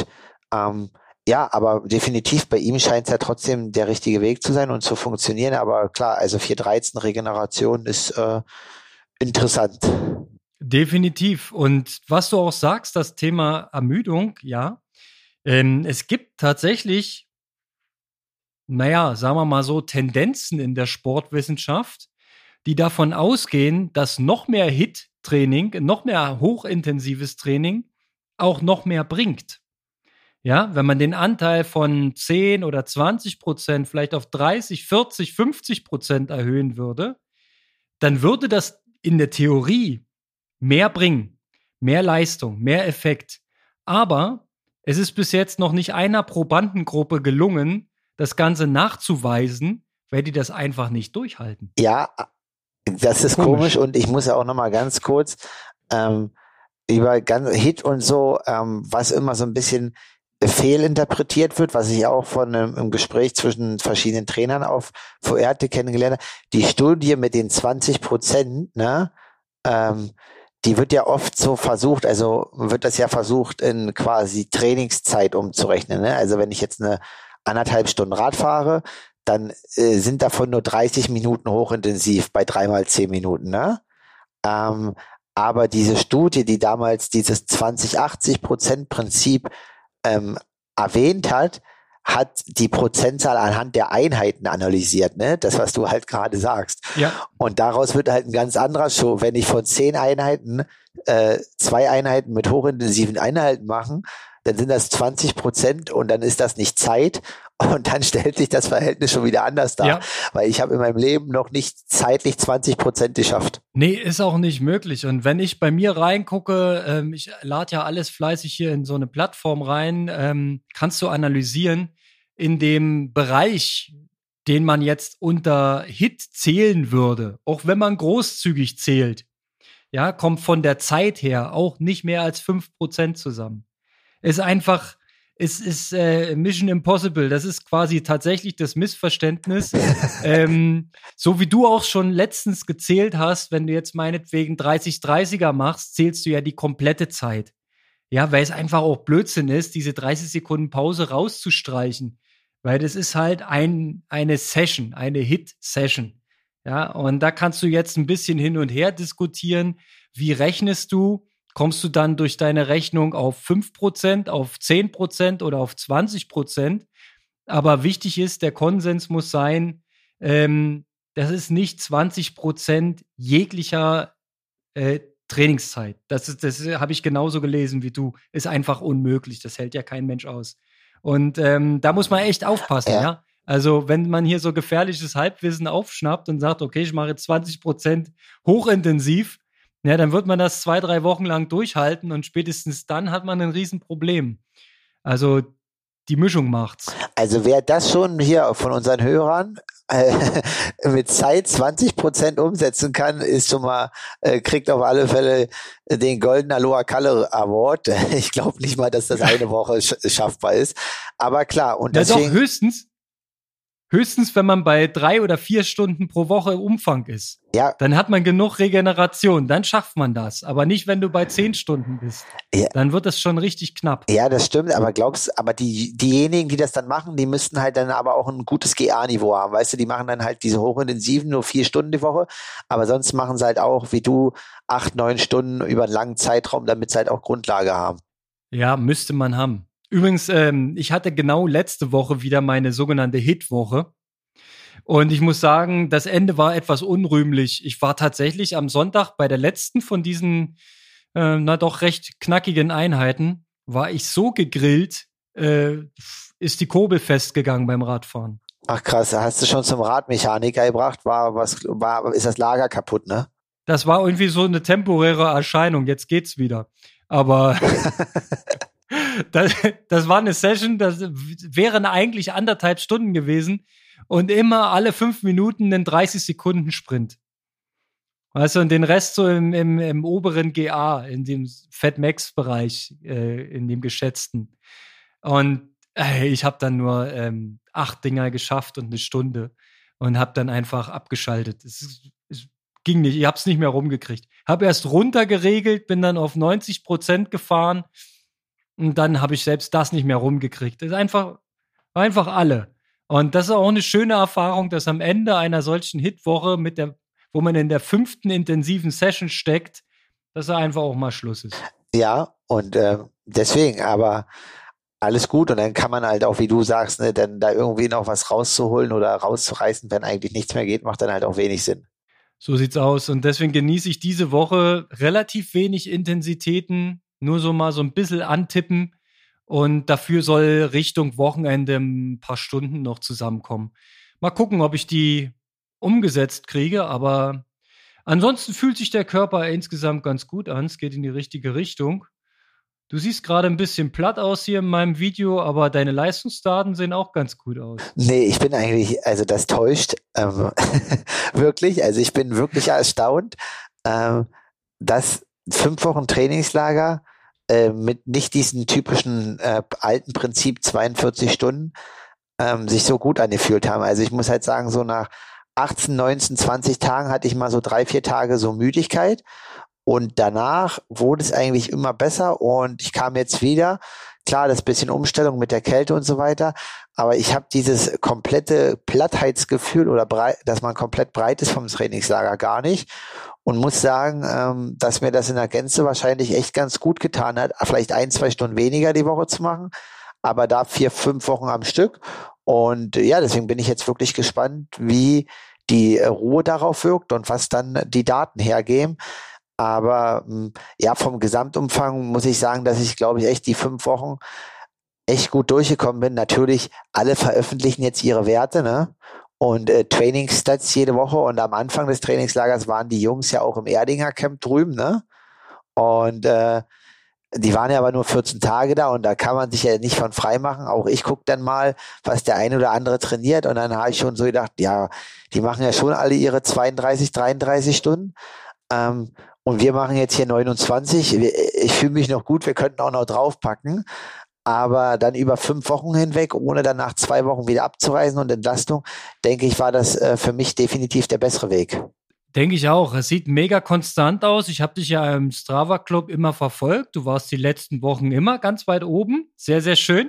aber definitiv bei ihm scheint es ja trotzdem der richtige Weg zu sein und zu funktionieren. Aber klar, also 4:13 Regeneration ist, interessant. Definitiv. Und was du auch sagst, das Thema Ermüdung, ja. Es gibt tatsächlich, sagen wir mal so, Tendenzen in der Sportwissenschaft, die davon ausgehen, dass noch mehr HIIT-Training, noch mehr hochintensives Training auch noch mehr bringt. Ja, wenn man den Anteil von 10 oder 20%, vielleicht auf 30, 40, 50% erhöhen würde, dann würde das in der Theorie mehr bringen, mehr Leistung, mehr Effekt. Aber es ist bis jetzt noch nicht einer Probandengruppe gelungen, das Ganze nachzuweisen, weil die das einfach nicht durchhalten. Ja, das ist komisch und ich muss ja auch noch mal ganz kurz über HIIT und so, was immer so ein bisschen fehlinterpretiert wird, was ich auch von einem Gespräch zwischen verschiedenen Trainern auf Fuerte kennengelernt habe. Die Studie mit den 20%, ne, die wird ja oft so versucht, also wird das ja versucht in quasi Trainingszeit umzurechnen, ne? Also wenn ich jetzt eine 1,5 Stunden Rad fahre, dann sind davon nur 30 Minuten hochintensiv bei 3 mal 10 Minuten, ne? Aber diese Studie, die damals dieses 20-80%-Prinzip erwähnt hat die Prozentzahl anhand der Einheiten analysiert, ne? Das, was du halt gerade sagst. Ja. Und daraus wird halt ein ganz anderer Show. Wenn ich von 10 Einheiten 2 Einheiten mit hochintensiven Einheiten machen, dann sind das 20% und dann ist das nicht Zeit und dann stellt sich das Verhältnis schon wieder anders dar. Ja. Weil ich habe in meinem Leben noch nicht zeitlich 20% geschafft. Nee, ist auch nicht möglich. Und wenn ich bei mir reingucke, ich lade ja alles fleißig hier in so eine Plattform rein, kannst du analysieren, in dem Bereich, den man jetzt unter Hit zählen würde, auch wenn man großzügig zählt, ja, kommt von der Zeit her auch nicht mehr als 5% zusammen. Es ist Mission Impossible. Das ist quasi tatsächlich das Missverständnis. So wie du auch schon letztens gezählt hast, wenn du jetzt meinetwegen 30-30er machst, zählst du ja die komplette Zeit. Ja, weil es einfach auch Blödsinn ist, diese 30 Sekunden Pause rauszustreichen. Weil das ist halt eine Session, eine Hit-Session. Ja, und da kannst du jetzt ein bisschen hin und her diskutieren. Wie rechnest du? Kommst du dann durch deine Rechnung auf 5%, auf 10% oder auf 20%? Aber wichtig ist, der Konsens muss sein, das ist nicht 20% jeglicher Trainingszeit. Das habe ich genauso gelesen wie du. Ist einfach unmöglich. Das hält ja kein Mensch aus. Und da muss man echt aufpassen, ja. Also wenn man hier so gefährliches Halbwissen aufschnappt und sagt, okay, ich mache jetzt 20% hochintensiv, ja, dann wird man das 2-3 Wochen lang durchhalten und spätestens dann hat man ein Riesenproblem. Also die Mischung macht's. Also wer das schon hier von unseren Hörern mit Zeit 20% umsetzen kann, ist schon mal, kriegt auf alle Fälle den Golden Aloha Kalle Award. Ich glaube nicht mal, dass das eine Woche schaffbar ist. Aber klar, und deswegen. Ja, doch, höchstens, wenn man bei 3 oder 4 Stunden pro Woche Umfang ist. Ja. Dann hat man genug Regeneration, dann schafft man das. Aber nicht, wenn du bei 10 Stunden bist. Ja. Dann wird das schon richtig knapp. Ja, das stimmt, aber diejenigen, die das dann machen, die müssten halt dann aber auch ein gutes GA-Niveau haben. Weißt du, die machen dann halt diese hochintensiven, nur 4 Stunden die Woche. Aber sonst machen sie halt auch, wie du, 8-9 Stunden über einen langen Zeitraum, damit sie halt auch Grundlage haben. Ja, müsste man haben. Übrigens, ich hatte genau letzte Woche wieder meine sogenannte Hit-Woche. Und ich muss sagen, das Ende war etwas unrühmlich. Ich war tatsächlich am Sonntag bei der letzten von diesen, doch recht knackigen Einheiten, war ich so gegrillt, ist die Kurbel festgegangen beim Radfahren. Ach krass, hast du schon zum Radmechaniker gebracht? Ist das Lager kaputt, ne? Das war irgendwie so eine temporäre Erscheinung. Jetzt geht's wieder. Aber das war eine Session, das wären eigentlich 1,5 Stunden gewesen und immer alle 5 Minuten einen 30-Sekunden-Sprint. Weißt du, und den Rest so im oberen GA, in dem Fat Max-Bereich, in dem geschätzten. Und ich habe dann nur 8 Dinger geschafft und 1 Stunde und habe dann einfach abgeschaltet. Es ging nicht, ich habe es nicht mehr rumgekriegt. Habe erst runtergeregelt, bin dann auf 90% gefahren. Und dann habe ich selbst das nicht mehr rumgekriegt. Das ist einfach alle. Und das ist auch eine schöne Erfahrung, dass am Ende einer solchen Hitwoche, wo man in der 5. intensiven Session steckt, dass da einfach auch mal Schluss ist. Ja, und deswegen, aber alles gut. Und dann kann man halt auch, wie du sagst, ne, dann da irgendwie noch was rauszuholen oder rauszureißen, wenn eigentlich nichts mehr geht, macht dann halt auch wenig Sinn. So sieht's aus. Und deswegen genieße ich diese Woche relativ wenig Intensitäten, nur so mal so ein bisschen antippen und dafür soll Richtung Wochenende ein paar Stunden noch zusammenkommen. Mal gucken, ob ich die umgesetzt kriege, aber ansonsten fühlt sich der Körper insgesamt ganz gut an. Es geht in die richtige Richtung. Du siehst gerade ein bisschen platt aus hier in meinem Video, aber deine Leistungsdaten sehen auch ganz gut aus. Nee, ich bin eigentlich, also das täuscht wirklich. Also ich bin wirklich erstaunt, dass 5 Wochen Trainingslager mit nicht diesen typischen alten Prinzip 42 Stunden sich so gut angefühlt haben. Also ich muss halt sagen, so nach 18, 19, 20 Tagen hatte ich mal so 3-4 Tage so Müdigkeit und danach wurde es eigentlich immer besser und ich kam jetzt wieder klar, das bisschen Umstellung mit der Kälte und so weiter, aber ich habe dieses komplette Plattheitsgefühl oder dass man komplett breit ist vom Trainingslager gar nicht und muss sagen, dass mir das in der Gänze wahrscheinlich echt ganz gut getan hat, vielleicht 1-2 Stunden weniger die Woche zu machen, aber da 4-5 Wochen am Stück. Und ja, deswegen bin ich jetzt wirklich gespannt, wie die Ruhe darauf wirkt und was dann die Daten hergeben. Aber ja, vom Gesamtumfang muss ich sagen, dass ich, glaube ich, echt die 5 Wochen echt gut durchgekommen bin. Natürlich, alle veröffentlichen jetzt ihre Werte, ne? Und Trainingsstats jede Woche. Und am Anfang des Trainingslagers waren die Jungs ja auch im Erdinger Camp drüben, ne? Und die waren ja aber nur 14 Tage da und da kann man sich ja nicht von frei machen. Auch ich gucke dann mal, was der eine oder andere trainiert. Und dann habe ich schon so gedacht, ja, die machen ja schon alle ihre 32, 33 Stunden. Und wir machen jetzt hier 29. Ich fühle mich noch gut, wir könnten auch noch draufpacken. Aber dann über 5 Wochen hinweg, ohne dann nach 2 Wochen wieder abzureisen und Entlastung, denke ich, war das für mich definitiv der bessere Weg. Denke ich auch. Es sieht mega konstant aus. Ich habe dich ja im Strava Club immer verfolgt. Du warst die letzten Wochen immer ganz weit oben. Sehr, sehr schön.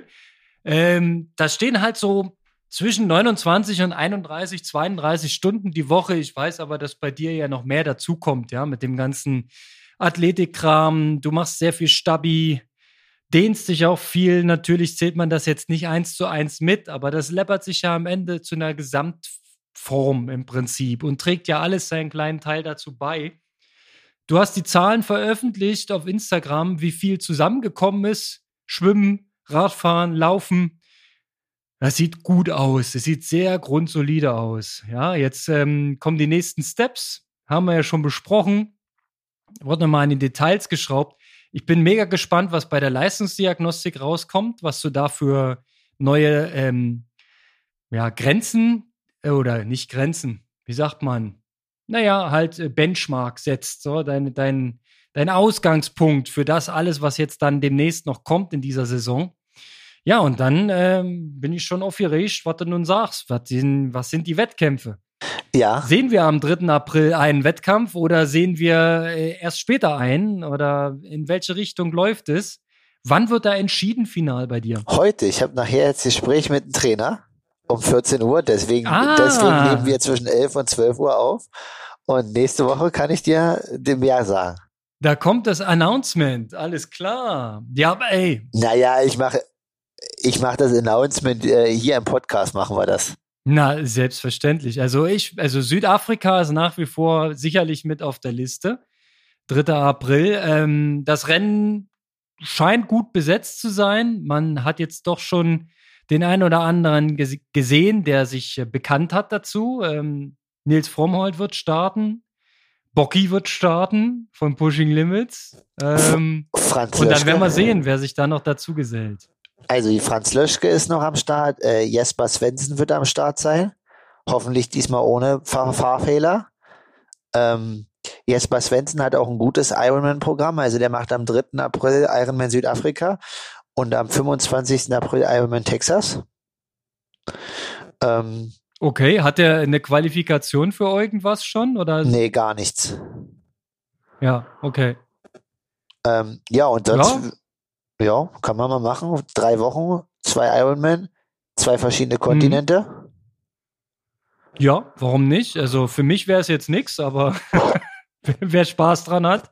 Da stehen halt so zwischen 29 und 31, 32 Stunden die Woche. Ich weiß aber, dass bei dir ja noch mehr dazukommt, ja, mit dem ganzen Athletikkram. Du machst sehr viel Stabi, dehnst dich auch viel. Natürlich zählt man das jetzt nicht 1:1 mit, aber das läppert sich ja am Ende zu einer Gesamtform im Prinzip und trägt ja alles seinen kleinen Teil dazu bei. Du hast die Zahlen veröffentlicht auf Instagram, wie viel zusammengekommen ist. Schwimmen, Radfahren, Laufen. Das sieht gut aus. Es sieht sehr grundsolide aus. Ja, jetzt kommen die nächsten Steps. Haben wir ja schon besprochen. Wurde nochmal in die Details geschraubt. Ich bin mega gespannt, was bei der Leistungsdiagnostik rauskommt, was du da für neue Grenzen oder nicht Grenzen, wie sagt man? Naja, halt Benchmark setzt, so dein Ausgangspunkt für das alles, was jetzt dann demnächst noch kommt in dieser Saison. Ja, und dann bin ich schon aufgeregt, was du nun sagst. Was sind die Wettkämpfe? Ja. Sehen wir am 3. April einen Wettkampf oder sehen wir erst später einen? Oder in welche Richtung läuft es? Wann wird da entschieden final bei dir? Heute. Ich habe nachher jetzt Gespräch mit dem Trainer um 14 Uhr. Deswegen nehmen wir zwischen 11 und 12 Uhr auf. Und nächste Woche kann ich dir mehr sagen. Da kommt das Announcement. Alles klar. Ja, aber ey. Naja, ich mache das Announcement hier im Podcast, machen wir das. Na, selbstverständlich. Also Südafrika ist nach wie vor sicherlich mit auf der Liste. 3. April. Das Rennen scheint gut besetzt zu sein. Man hat jetzt doch schon den einen oder anderen gesehen, der sich bekannt hat dazu. Nils Frommholt wird starten. Bocki wird starten von Pushing Limits. Franz und dann werden wir sehen, wer sich da noch dazu gesellt. Also die Franz Löschke ist noch am Start. Jesper Svensson wird am Start sein. Hoffentlich diesmal ohne Fahrfehler. Jesper Svensson hat auch ein gutes Ironman-Programm. Also der macht am 3. April Ironman Südafrika und am 25. April Ironman Texas. Okay, hat er eine Qualifikation für irgendwas schon? Oder? Nee, gar nichts. Ja, okay. Ja, und sonst, ja, kann man mal machen. 3 Wochen, 2 Ironman, 2 verschiedene Kontinente. Ja, warum nicht? Also für mich wäre es jetzt nichts, aber wer Spaß dran hat.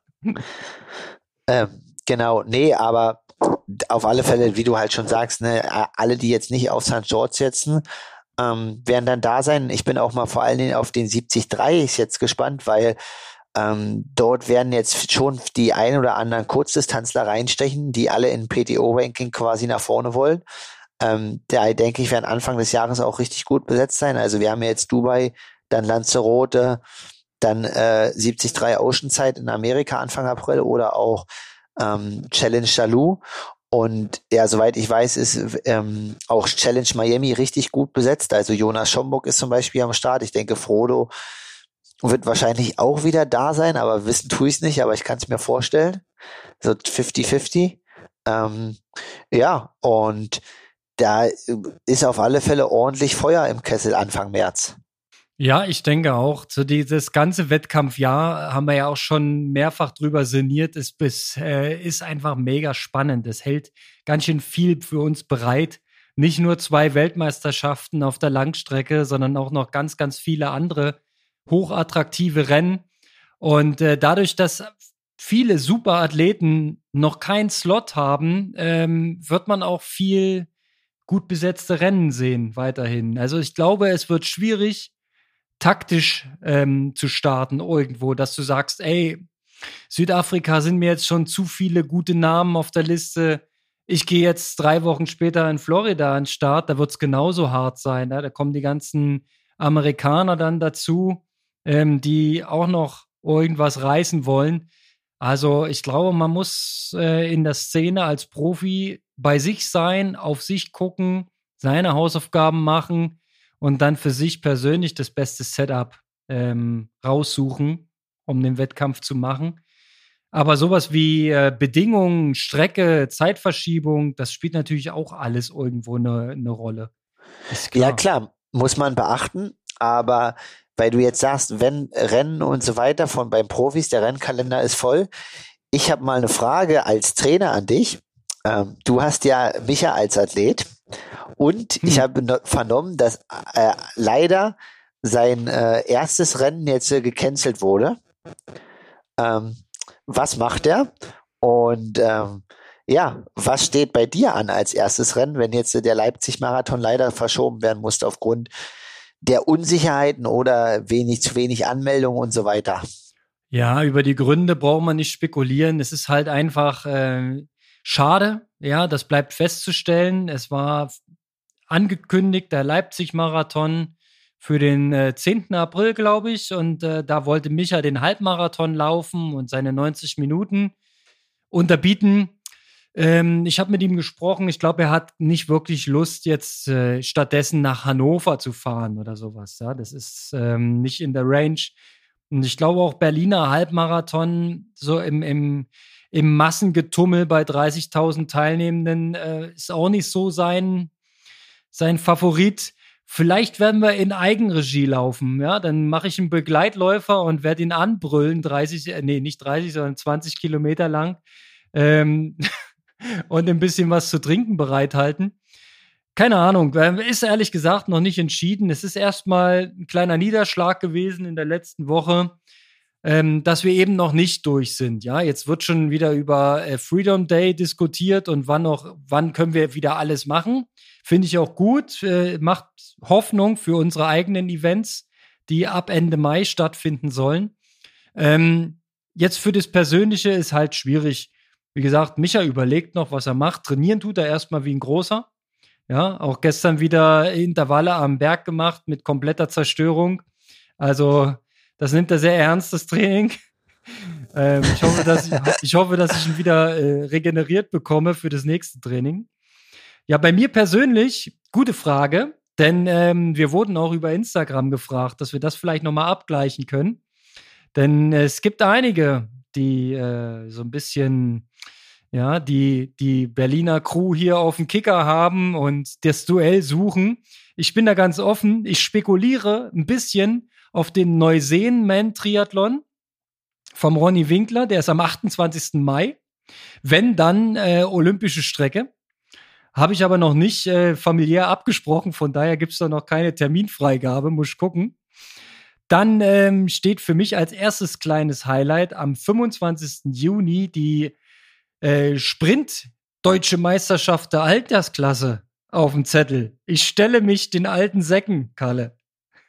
Genau, nee, aber auf alle Fälle, wie du halt schon sagst, ne, alle, die jetzt nicht auf St. George setzen, werden dann da sein. Ich bin auch mal vor allen Dingen auf den 73 jetzt gespannt, weil dort werden jetzt schon die ein oder anderen Kurzdistanzler reinstechen, die alle in PTO-Ranking quasi nach vorne wollen. Da denke ich, werden Anfang des Jahres auch richtig gut besetzt sein. Also wir haben ja jetzt Dubai, dann Lanzarote, dann 73 Oceanside in Amerika Anfang April oder auch Challenge Chalou. Und ja, soweit ich weiß, ist auch Challenge Miami richtig gut besetzt. Also Jonas Schomburg ist zum Beispiel am Start. Ich denke, Frodo wird wahrscheinlich auch wieder da sein, aber wissen tue ich es nicht, aber ich kann es mir vorstellen. So 50-50. Ja, und da ist auf alle Fälle ordentlich Feuer im Kessel Anfang März. Ja, ich denke auch. So dieses ganze Wettkampfjahr haben wir ja auch schon mehrfach drüber sinniert. Ist einfach mega spannend. Es hält ganz schön viel für uns bereit. Nicht nur 2 Weltmeisterschaften auf der Langstrecke, sondern auch noch ganz, ganz viele andere hochattraktive Rennen. Und dadurch, dass viele Superathleten noch keinen Slot haben, wird man auch viel gut besetzte Rennen sehen weiterhin. Also ich glaube, es wird schwierig, taktisch zu starten irgendwo, dass du sagst, ey, Südafrika sind mir jetzt schon zu viele gute Namen auf der Liste. Ich gehe jetzt 3 Wochen später in Florida an den Start, da wird es genauso hart sein. Ja? Da kommen die ganzen Amerikaner dann dazu, die auch noch irgendwas reißen wollen. Also ich glaube, man muss in der Szene als Profi bei sich sein, auf sich gucken, seine Hausaufgaben machen und dann für sich persönlich das beste Setup raussuchen, um den Wettkampf zu machen. Aber sowas wie Bedingungen, Strecke, Zeitverschiebung, das spielt natürlich auch alles irgendwo eine Rolle. Ist klar. Ja, klar, muss man beachten, aber weil du jetzt sagst, wenn Rennen und so weiter von beim Profis, der Rennkalender ist voll. Ich habe mal eine Frage als Trainer an dich. Du hast ja Micha als Athlet und ich habe vernommen, dass leider sein erstes Rennen jetzt gecancelt wurde. Was macht er? Und ja, was steht bei dir an als erstes Rennen, wenn jetzt der Leipzig-Marathon leider verschoben werden musste aufgrund der Unsicherheiten oder zu wenig Anmeldungen und so weiter? Ja, über die Gründe braucht man nicht spekulieren. Es ist halt einfach schade. Ja, das bleibt festzustellen. Es war angekündigt, der Leipzig-Marathon für den 10. April, glaube ich. Und da wollte Micha den Halbmarathon laufen und seine 90 Minuten unterbieten. Ich habe mit ihm gesprochen. Ich glaube, er hat nicht wirklich Lust, jetzt stattdessen nach Hannover zu fahren oder sowas. Ja, das ist nicht in der Range. Und ich glaube auch Berliner Halbmarathon so im Massengetummel bei 30.000 Teilnehmenden ist auch nicht so sein Favorit. Vielleicht werden wir in Eigenregie laufen, ja, dann mache ich einen Begleitläufer und werde ihn anbrüllen, nicht 30, sondern 20 Kilometer lang und ein bisschen was zu trinken bereithalten. Keine Ahnung, ist ehrlich gesagt noch nicht entschieden. Es ist erstmal ein kleiner Niederschlag gewesen in der letzten Woche, dass wir eben noch nicht durch sind. Ja, jetzt wird schon wieder über Freedom Day diskutiert und wann können wir wieder alles machen. Finde ich auch gut, macht Hoffnung für unsere eigenen Events, die ab Ende Mai stattfinden sollen. Jetzt für das Persönliche ist halt schwierig. Wie gesagt, Micha überlegt noch, was er macht. Trainieren tut er erstmal wie ein Großer. Ja, auch gestern wieder Intervalle am Berg gemacht mit kompletter Zerstörung. Also, das nimmt er sehr ernst, das Training. Ich hoffe, dass ich ihn wieder regeneriert bekomme für das nächste Training. Ja, bei mir persönlich, gute Frage, denn wir wurden auch über Instagram gefragt, dass wir das vielleicht nochmal abgleichen können. Denn es gibt einige, die so ein bisschen, ja, die Berliner Crew hier auf dem Kicker haben und das Duell suchen. Ich bin da ganz offen. Ich spekuliere ein bisschen auf den Neuseen-Man-Triathlon vom Ronny Winkler. Der ist am 28. Mai. Wenn, dann olympische Strecke. Habe ich aber noch nicht familiär abgesprochen. Von daher gibt es da noch keine Terminfreigabe. Muss ich gucken. Dann steht für mich als erstes kleines Highlight am 25. Juni die Sprint-Deutsche Meisterschaft der Altersklasse auf dem Zettel. Ich stelle mich den alten Säcken, Kalle.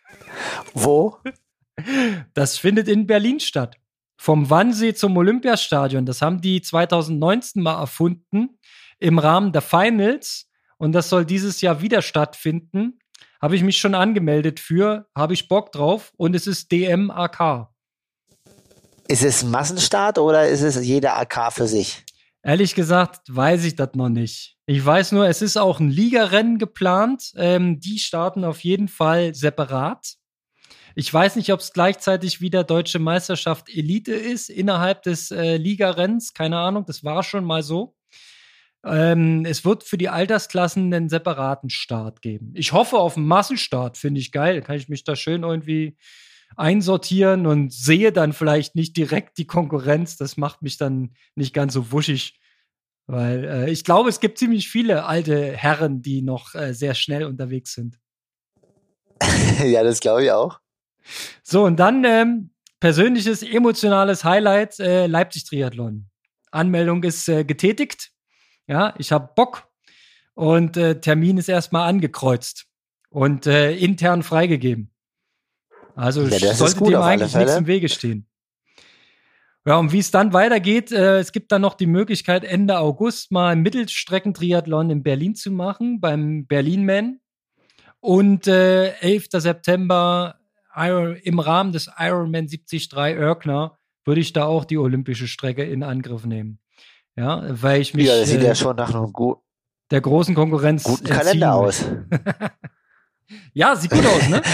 Wo? Das findet in Berlin statt. Vom Wannsee zum Olympiastadion. Das haben die 2019 mal erfunden im Rahmen der Finals. Und das soll dieses Jahr wieder stattfinden. Habe ich mich schon angemeldet für. Habe ich Bock drauf. Und es ist DMAK. Ist es ein Massenstart oder ist es jeder AK für sich? Ehrlich gesagt, weiß ich das noch nicht. Ich weiß nur, es ist auch ein Ligarennen geplant. Die starten auf jeden Fall separat. Ich weiß nicht, ob es gleichzeitig wieder Deutsche Meisterschaft Elite ist innerhalb des Ligarennens. Keine Ahnung, das war schon mal so. Es wird für die Altersklassen einen separaten Start geben. Ich hoffe auf einen Massenstart, finde ich geil. Da kann ich mich da schön irgendwie einsortieren und sehe dann vielleicht nicht direkt die Konkurrenz. Das macht mich dann nicht ganz so wuschig. Weil ich glaube, es gibt ziemlich viele alte Herren, die noch sehr schnell unterwegs sind. Ja, das glaube ich auch. So, und dann persönliches, emotionales Highlight, Leipzig-Triathlon. Anmeldung ist getätigt. Ja, ich habe Bock. Und Termin ist erstmal angekreuzt. Und intern freigegeben. Also Ja, sollte dem eigentlich nichts im Wege stehen. Ja, und wie es dann weitergeht, es gibt dann noch die Möglichkeit, Ende August mal einen Mittelstreckentriathlon in Berlin zu machen, beim Berlin-Man. Und 11. September im Rahmen des Ironman 73 Oerkner würde ich da auch die olympische Strecke in Angriff nehmen. Ja, weil ich mich das sieht ja schon nach einem der großen Konkurrenz guten Kalender aus. Ja, sieht gut aus, ne?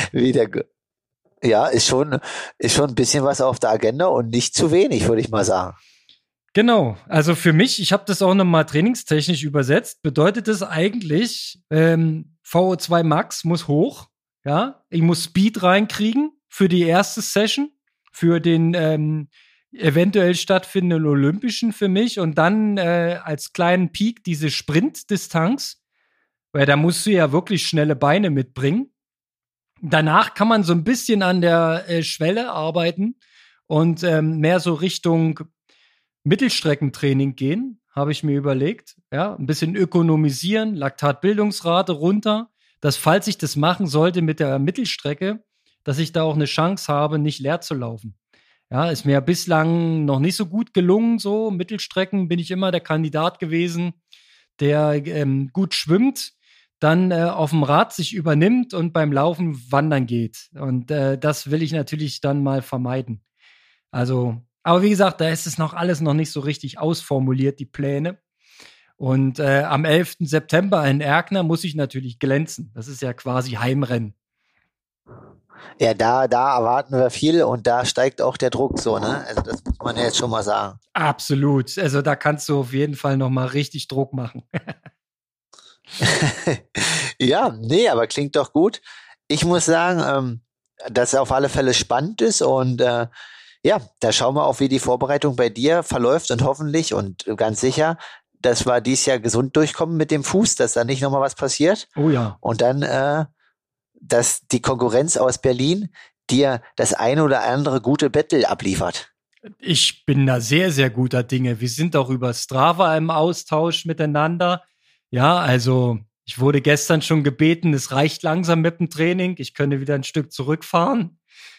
Ja, ist schon ein bisschen was auf der Agenda und nicht zu wenig, würde ich mal sagen. Genau, also für mich, ich habe das auch nochmal trainingstechnisch übersetzt, bedeutet das eigentlich, VO2 Max muss hoch, ja, ich muss Speed reinkriegen für die erste Session, für den eventuell stattfindenden Olympischen für mich und dann als kleinen Peak diese Sprintdistanz, weil da musst du ja wirklich schnelle Beine mitbringen. Danach kann man so ein bisschen an der Schwelle arbeiten und mehr so Richtung Mittelstreckentraining gehen, habe ich mir überlegt. Ja, ein bisschen ökonomisieren, Laktatbildungsrate runter, dass, falls ich das machen sollte mit der Mittelstrecke, dass ich da auch eine Chance habe, nicht leer zu laufen. Ja, ist mir bislang noch nicht so gut gelungen, so Mittelstrecken bin ich immer der Kandidat gewesen, der gut schwimmt, dann auf dem Rad sich übernimmt und beim Laufen wandern geht. Und das will ich natürlich dann mal vermeiden. Also, aber wie gesagt, da ist es noch alles noch nicht so richtig ausformuliert, die Pläne. Und am 11. September in Erkner muss ich natürlich glänzen. Das ist ja quasi Heimrennen. Ja, da erwarten wir viel und da steigt auch der Druck so, ne? Also das muss man ja jetzt schon mal sagen. Absolut. Also da kannst du auf jeden Fall noch mal richtig Druck machen. Ja, nee, aber klingt doch gut. Ich muss sagen, dass es auf alle Fälle spannend ist und ja, da schauen wir auch, wie die Vorbereitung bei dir verläuft und hoffentlich und ganz sicher, dass wir dieses Jahr gesund durchkommen mit dem Fuß, dass da nicht nochmal was passiert. Oh ja. Und dann, dass die Konkurrenz aus Berlin dir das eine oder andere gute Battle abliefert. Ich bin da sehr, sehr guter Dinge. Wir sind auch über Strava im Austausch miteinander. Ja, also ich wurde gestern schon gebeten, es reicht langsam mit dem Training. Ich könnte wieder ein Stück zurückfahren.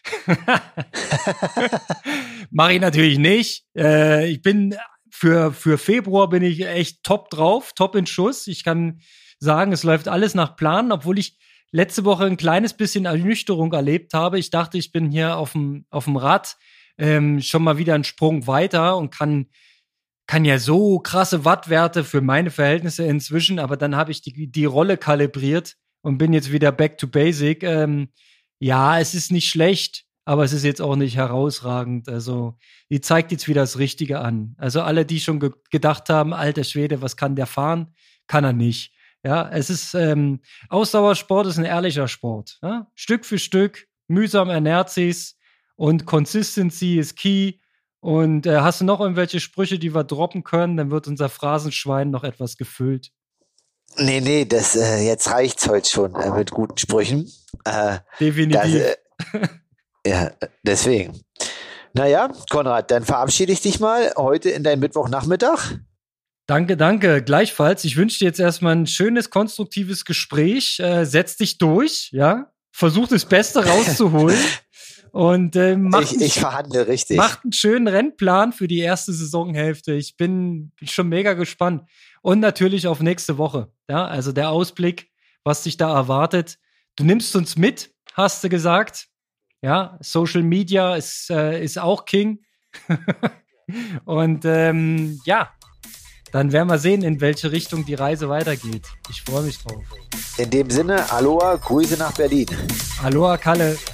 Mache ich natürlich nicht. Ich bin für Februar bin ich echt top drauf, top in Schuss. Ich kann sagen, es läuft alles nach Plan, obwohl ich letzte Woche ein kleines bisschen Ernüchterung erlebt habe. Ich dachte, ich bin hier auf dem Rad schon mal wieder einen Sprung weiter und kann ja so krasse Wattwerte für meine Verhältnisse inzwischen, aber dann habe ich die Rolle kalibriert und bin jetzt wieder back to basic. Ja, es ist nicht schlecht, aber es ist jetzt auch nicht herausragend. Also die zeigt jetzt wieder das Richtige an. Also alle, die schon gedacht haben, alter Schwede, was kann der fahren? Kann er nicht. Ja, es ist Ausdauersport ist ein ehrlicher Sport. Ja? Stück für Stück, mühsam ernährt sich's und Consistency ist key. Und hast du noch irgendwelche Sprüche, die wir droppen können? Dann wird unser Phrasenschwein noch etwas gefüllt. Nee, das jetzt reicht's heute schon mit guten Sprüchen. Definitiv. Ja, deswegen. Naja, Konrad, dann verabschiede ich dich mal heute in deinen Mittwochnachmittag. Danke. Gleichfalls. Ich wünsche dir jetzt erstmal ein schönes, konstruktives Gespräch. Setz dich durch, ja. Versuch das Beste rauszuholen. Und ich verhandle richtig. Macht einen schönen Rennplan für die erste Saisonhälfte. Ich bin schon mega gespannt. Und natürlich auf nächste Woche. Ja, also der Ausblick, was dich da erwartet. Du nimmst uns mit, hast du gesagt. Ja, Social Media ist auch King. Und ja, dann werden wir sehen, in welche Richtung die Reise weitergeht. Ich freue mich drauf. In dem Sinne, Aloha, Grüße nach Berlin. Aloha, Kalle.